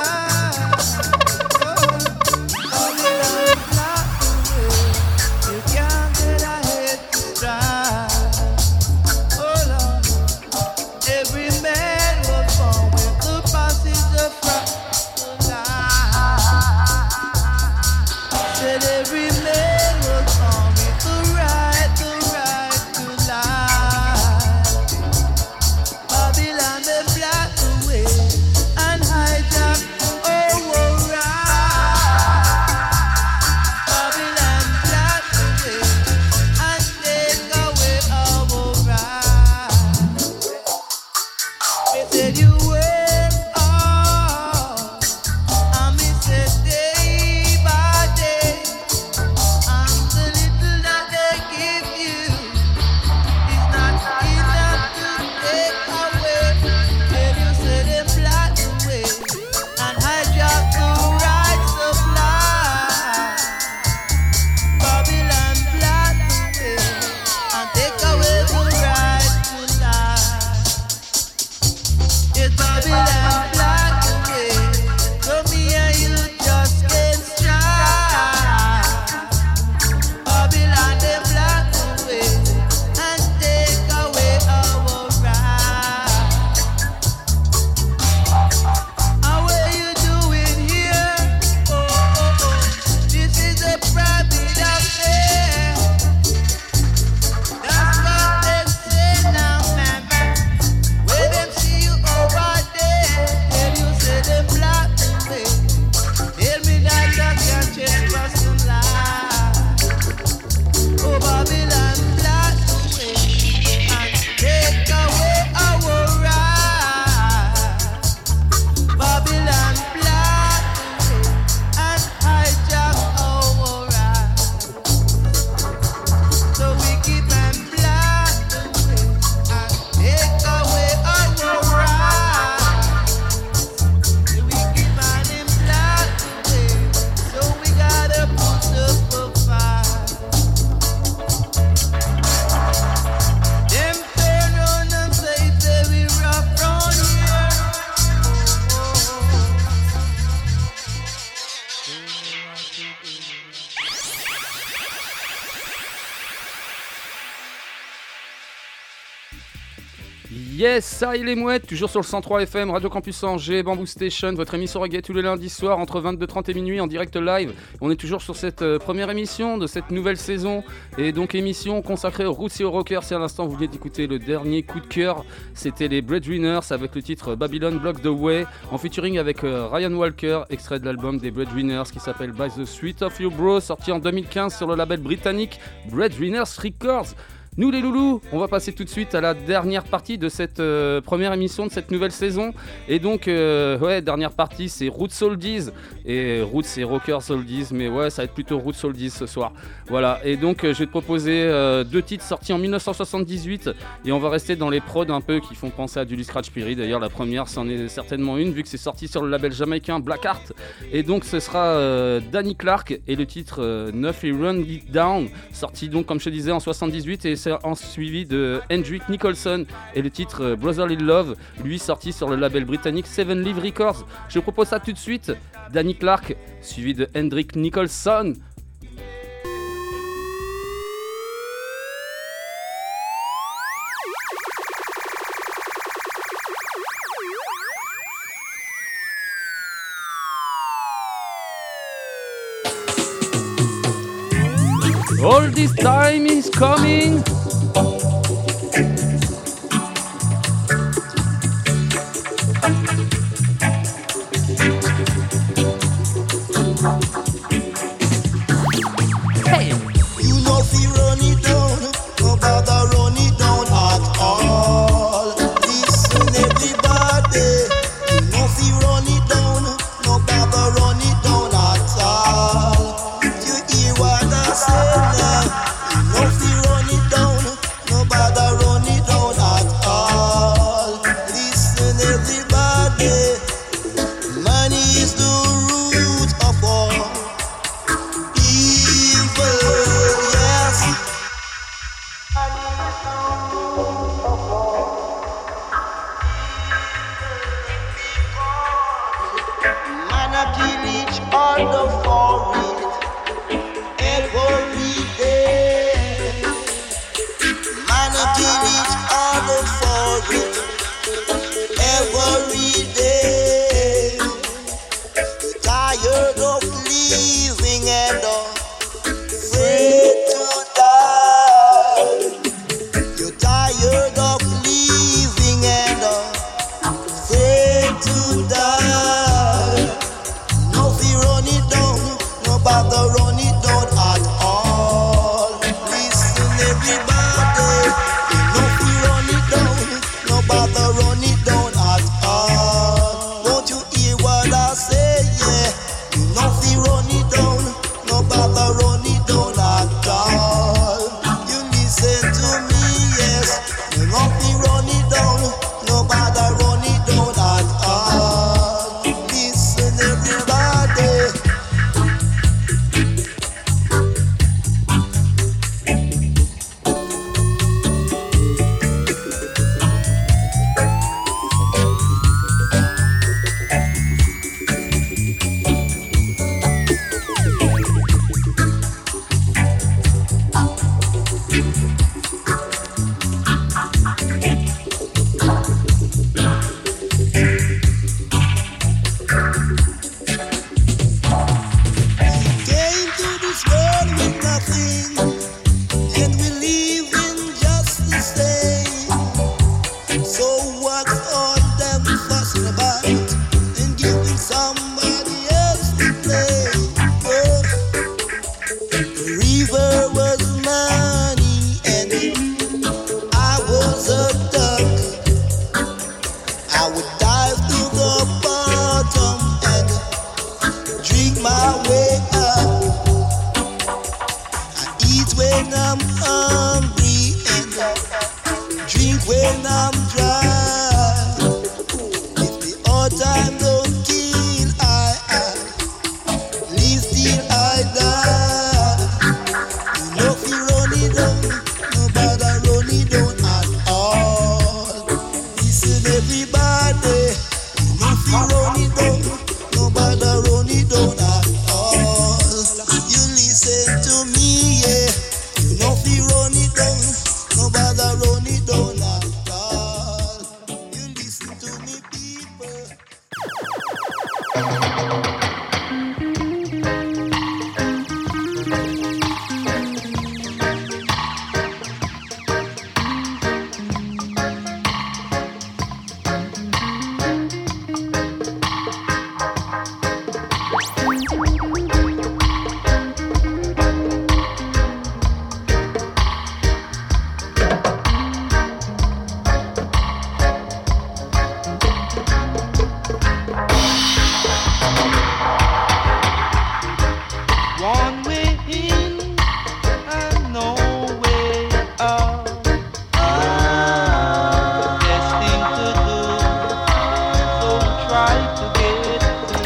C: Yes, ça et les mouettes, toujours sur le cent trois F M, Radio Campus Angers, Bamboo Station, votre émission reggae tous les lundis soirs entre vingt-deux heures trente et minuit en direct live. On est toujours sur cette euh, première émission de cette nouvelle saison, et donc émission consacrée aux roots et aux rockers. Si à l'instant vous venez d'écouter le dernier coup de cœur, c'était les Breadwinners avec le titre Babylon Block the Way, en featuring avec euh, Ryan Walker, extrait de l'album des Breadwinners qui s'appelle By the Sweet of Your Bro, sorti en deux mille quinze sur le label britannique Breadwinners Records. Nous les loulous, on va passer tout de suite à la dernière partie de cette euh, première émission de cette nouvelle saison. Et donc, euh, ouais, dernière partie, c'est Roots Oldies. Et Roots, c'est Rockers Oldies, mais ouais, ça va être plutôt Roots Oldies ce soir. Voilà, et donc euh, je vais te proposer euh, deux titres sortis en dix-neuf cent soixante-dix-huit. Et on va rester dans les prods un peu qui font penser à du Lee Scratch Perry. D'ailleurs, la première, c'en est certainement une, vu que c'est sorti sur le label jamaïcain Blackheart. Et donc, ce sera euh, Danny Clark et le titre euh, Nuff et Run It Down, sorti donc, comme je te disais, en soixante-dix-huit. Et c'est en suivi de Hendrik Nicholson et le titre euh, Brotherly Love, lui sorti sur le label britannique Seven Live Records. Je propose ça tout de suite, Danny Clark suivi de Hendrik Nicholson. all this time is coming.
K: You know if you run it down, no bother run it down at all. Listen everybody, you know if you run it down, no bother run it down at all. You hear what I say now? You know if you run it down, no bother run it down at all. Listen everybody, money is the root of all evil, yes. Man a kill each other for it every day. Man a kill each other for it every day. Tired of living and afraid to die. You're tired of living and afraid to die. No fear run it down, no bother run it down at all. Listen everybody, no fear run it down, no bother run it down at all. Won't you hear what I say? Yeah, you no fear run it down, no bother run it down at all. You listen to me, yes, you no fear run it down, no bother run it down at all. Listen everybody. Came to this world with nothing, and we live in just the same. So what's all them fussing about and giving somebody else to play? Oh, the river was money and I was a duck. I would dive to the bottom and drink my way up. I eat when I'm hungry and drink when I'm dry. If the odd time don't kill, I, I live till I die. You know if you run it down, no bother run it down at all. Listen everybody, you know if you run it down, no bother run it down at all. You listen to me, yeah, you know if you run it down, no bother run it down at all. You listen to me, people.
F: One way in and no way out. Best thing to do, don't try to get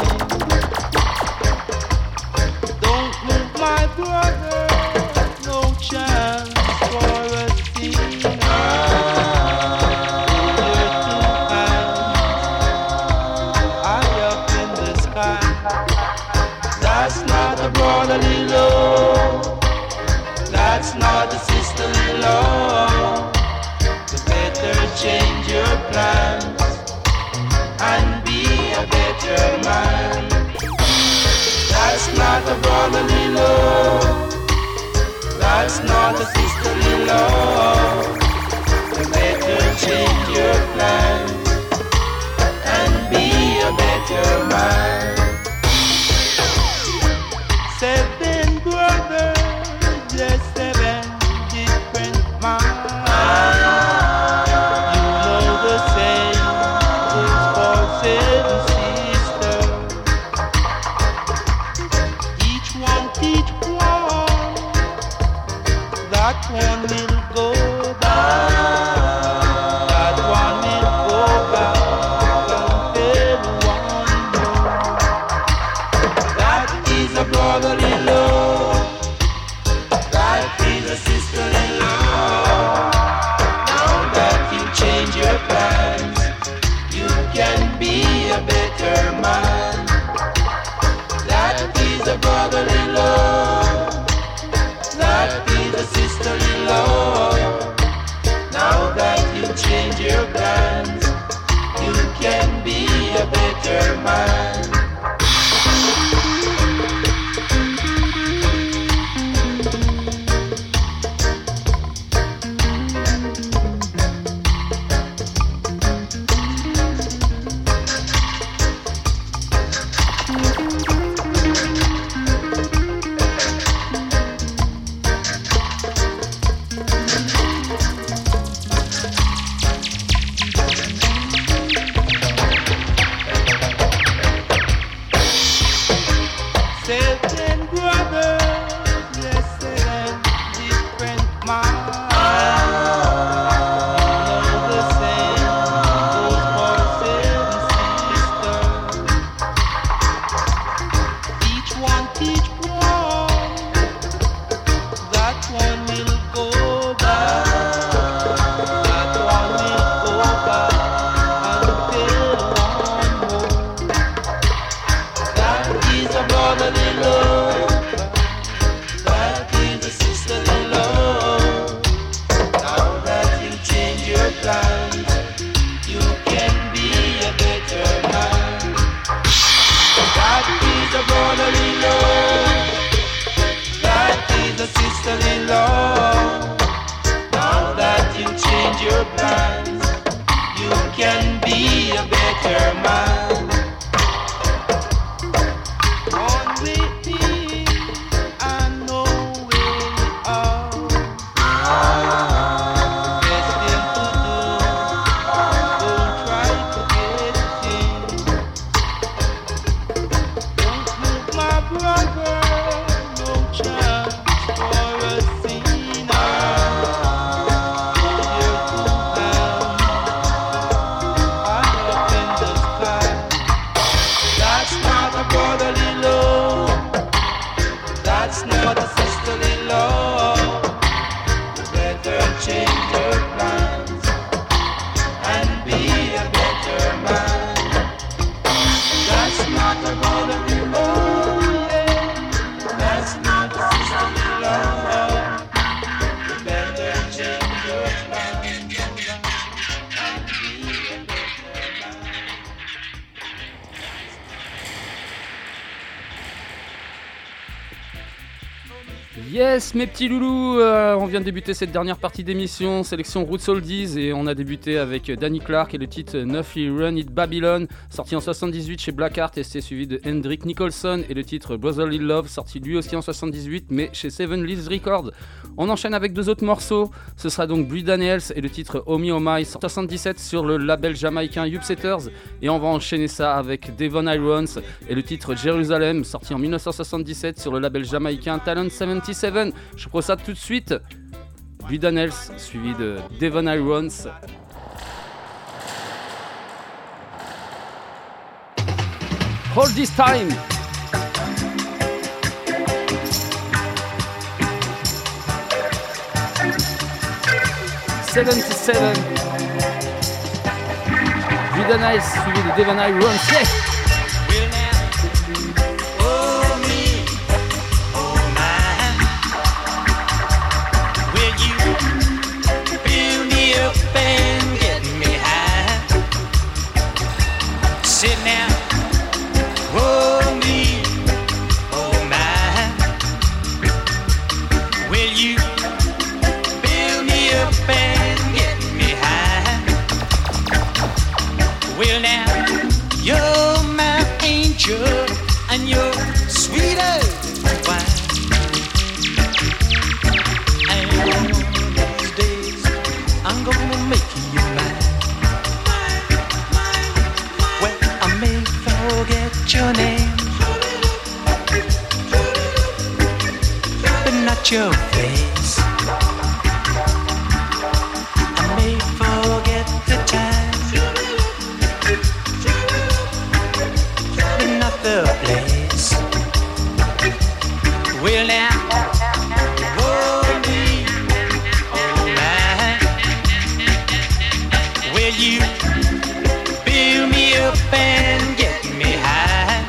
F: in. Don't move, my brother, no chance for a thing. Hold your two hands high up in the sky. That's not a brotherly love. That's not a sisterly love. You better change your plans and be a better man. That's not a brotherly love. That's not a sisterly love. You better change your plans and be a better man. Seven brothers, yes, seven different minds. You know the same is for seven sisters. Each one teach one, that one will go back. That one will go back and tell one more. That is a brotherly love. That is a sisterly love. Now that you change your plans, you can be a better man. That is a brotherly love. That is a sisterly love. Now that you change your plans, you can be a better man. Seven brothers, yes, seven different minds. You know the same goes for seven sisters. Each one teach one, that one will go back. That one will go back and tell one more. That is a brotherly love. That is a sisterly love. Now that you change your plans, you can be a better man. That is a brotherly love. That is a sisterly love. Now that you change your plans, you can be a better man. Only thing I know is all best thing to do. Don't try to get it in. Don't move my brother, no chance for a sinner. You're too high up in the sky. That's not a brotherly love. That's not a sisterly love. You better change your plans and be a better man. That's not a brotherly love. Yeah. That's not a sisterly love. You better change your plans and be a better man.
C: Yes, mes petits loulous, euh, on vient de débuter cette dernière partie d'émission, sélection Roots Oldies, et on a débuté avec Danny Clark et le titre Nuffy Run It Babylon, sorti en soixante-dix-huit chez Blackheart, et c'était suivi de Hendrik Nicholson et le titre Brotherly Love, sorti lui aussi en soixante-dix-huit, mais chez Seven Leaves Records. On enchaîne avec deux autres morceaux, ce sera donc Blue Daniels et le titre Oh Me Oh My, sorti en soixante-dix-sept sur le label jamaïcain Upsetters, et on va enchaîner ça avec Devon Irons et le titre Jérusalem, sorti en dix-neuf cent soixante-dix-sept sur le label jamaïcain Talent soixante-dix-sept. Je prends ça tout de suite. Blue Daniels suivi de Devon Irons. Hold This Time. soixante-dix-sept. Blue Daniels suivi de Devon Irons. Yeah.
L: You I'm gonna make you mine. Well, I may forget your name, but not your face. I may forget the time, but not the place. Well, now, hold me, oh my. Will you build me up and get me high?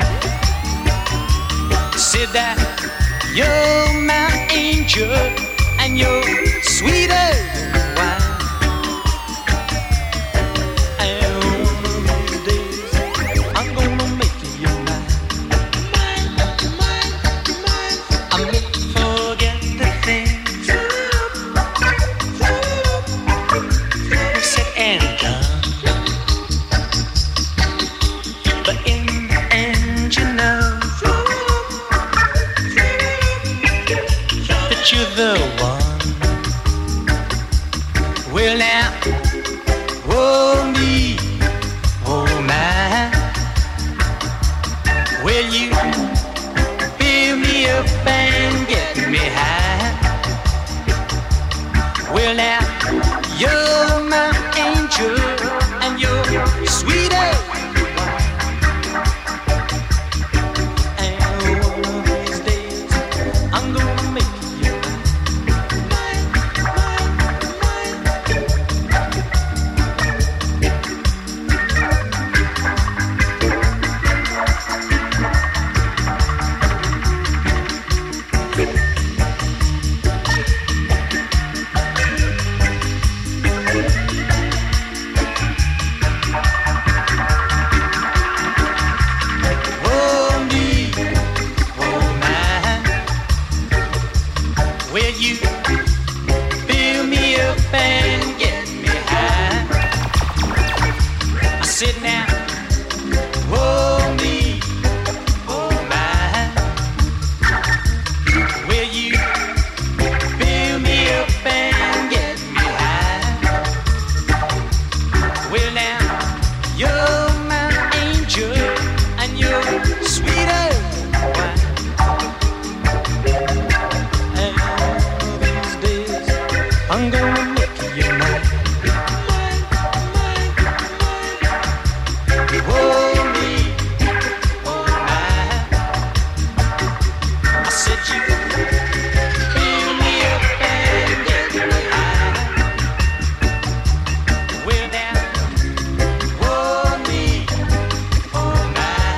L: Said that you're my angel and you're sweeter than wine. And one of these days I'm gonna make you mine. I may forget the things we said and done, but in the end you know that you're the one. Well now, oh me, oh my. Will you build me up and get me high? Well now, you're my angel and you're sweeter. And one of these days I'm gonna make you mine, mine, mine, oh me, oh my. Will you build me up and get me high? I said now, oh me, oh my. Will you build me up and get me high? Well now, you're my angel and you're sweeter than wine. And one of these days I'm gonna make you mine. Oh me, oh my. I said you build me up and get me high. Well now, oh me, oh my.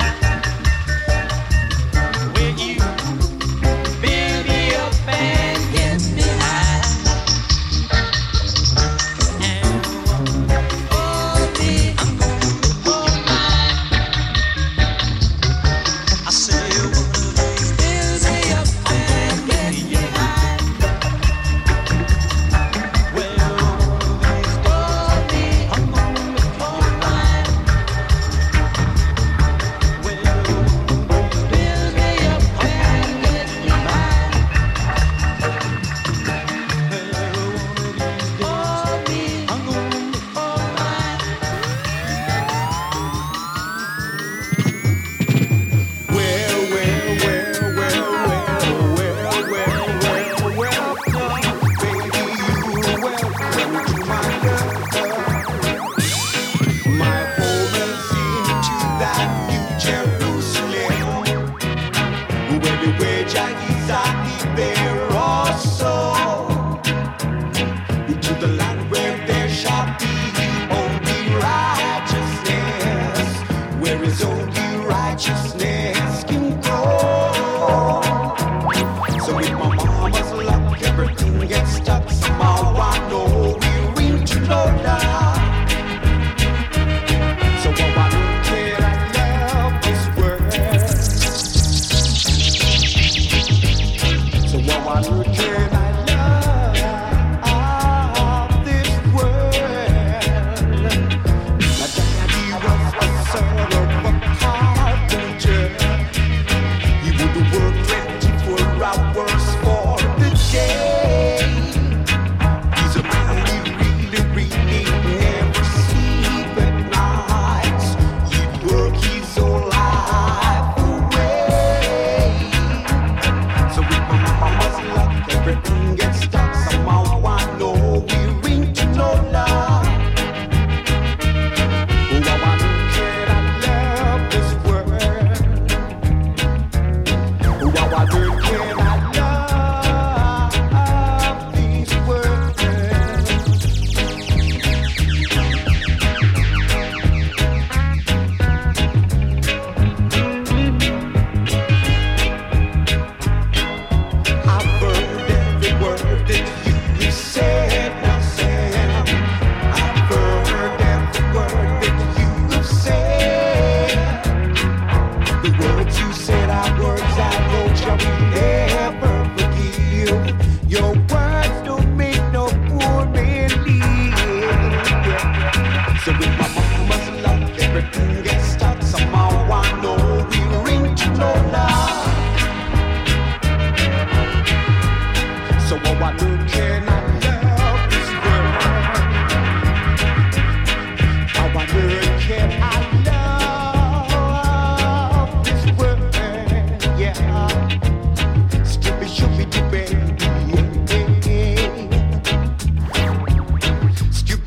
L: Will you build me up and get me high? And oh me, I'm gonna make you mine. I say one of these days, build me up and get me high. Well, one of these days, I'm gonna make you mine. Well, one of these days, build me up and get me high. Well, one of these days, I'm gonna make you mine.
K: Well, well, well, well, well, well, well, well, well, baby, you're welcome to my love. My home is into that new Jerusalem, where the wage I is I need there also, into the land where there shall be only righteousness, where is only righteousness can grow. So if my mama's luck, everything gets stuck. Somehow I know we're into no love. So I want to I love this world. So I want to I love this world. My daddy was a son of a carpenter.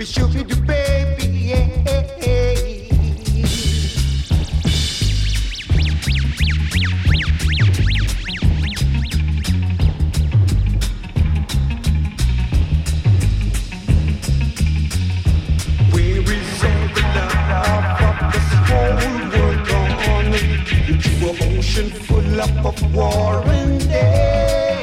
K: Scooby Shooby Doo baby, yeah. Where is every love of this whole world gone into an ocean full up of war and death?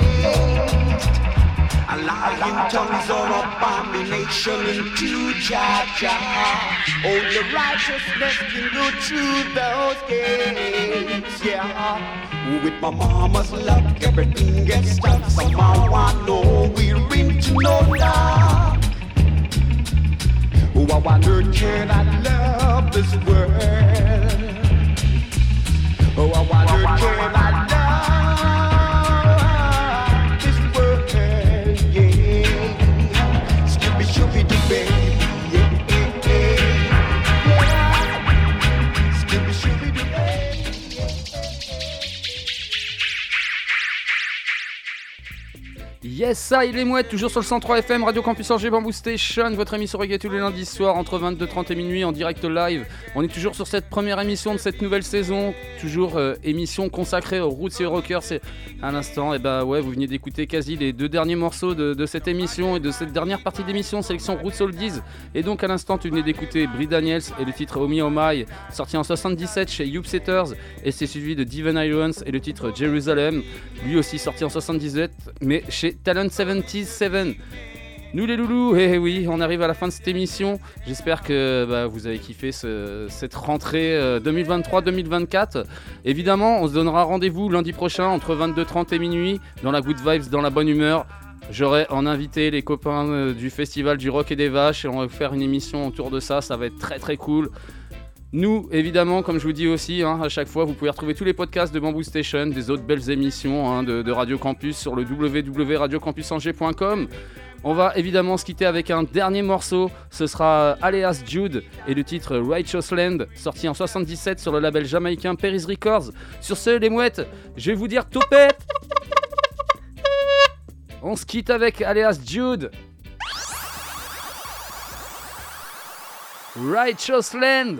K: A lying tongues of abomination into Jah Jah. Only righteousness can go through those gates, yeah. With my mama's love, everything gets stuck. Somehow I know we're into no love. Oh, I wonder can I love this world? Oh, I wonder can I love this world? Yeah, Scooby Shooby Doo baby, yeah, yeah, yeah. Scooby Shooby Doo baby, yeah.
C: Yes, ça, il est mouette, toujours sur le cent trois F M, Radio Campus Angers, Bamboo Station, votre émission reggae tous les lundis soirs entre vingt-deux trente et minuit en direct live. On est toujours sur cette première émission de cette nouvelle saison, toujours euh, émission consacrée aux roots et aux rockers. C'est à l'instant, et bah ouais, vous venez d'écouter quasi les deux derniers morceaux de, de cette émission et de cette dernière partie d'émission, sélection Roots Oldies. Et donc à l'instant, tu venais d'écouter Brie Daniels et le titre Oh Me Oh My, sorti en soixante-dix-sept chez Youp Setters, et c'est suivi de Divine Irons et le titre Jerusalem, lui aussi sorti en soixante-dix-sept, mais chez Talent soixante-dix-sept. Nous les loulous, eh oui, on arrive à la fin de cette émission. J'espère que bah, vous avez kiffé ce, cette rentrée euh, deux mille vingt-trois deux mille vingt-quatre. Évidemment, on se donnera rendez-vous lundi prochain entre vingt-deux trente et minuit dans la good vibes, dans la bonne humeur. J'aurai en invité les copains euh, du festival du rock et des vaches et on va faire une émission autour de ça. Ça va être très très cool. Nous, évidemment, comme je vous dis aussi, hein, à chaque fois, vous pouvez retrouver tous les podcasts de Bamboo Station, des autres belles émissions hein, de, de Radio Campus sur le w w w point radio campus angers point com. On va évidemment se quitter avec un dernier morceau, ce sera Alias Jude et le titre Righteous Land, sorti en soixante-dix-sept sur le label jamaïcain Perry's Records. Sur ce, les mouettes, je vais vous dire topette. On se quitte avec Alias Jude. Righteous Land.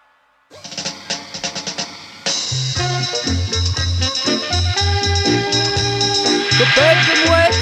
C: Topette les mouettes.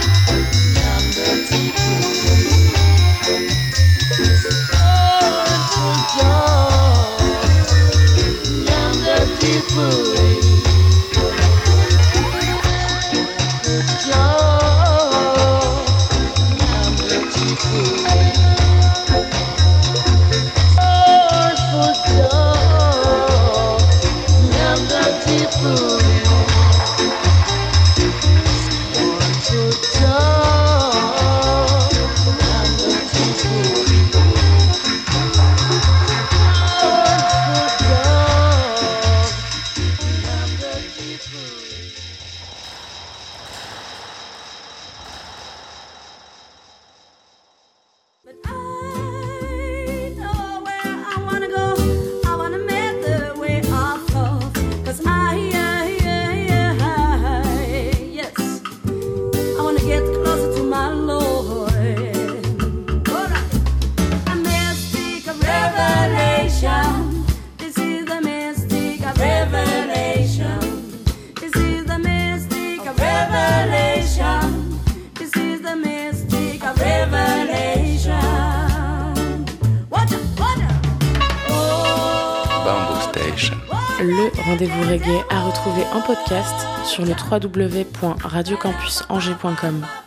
M: Oh, get closer to my Lord. A mystic of revelation. This is the mystic of revelation. This is the mystic of revelation. This is the mystic of revelation. Watch out, watch out. Oh.
B: Bamboo Station.
A: Le rendez-vous reggae à retrouver en podcast sur le w w w point radio campus angers point com.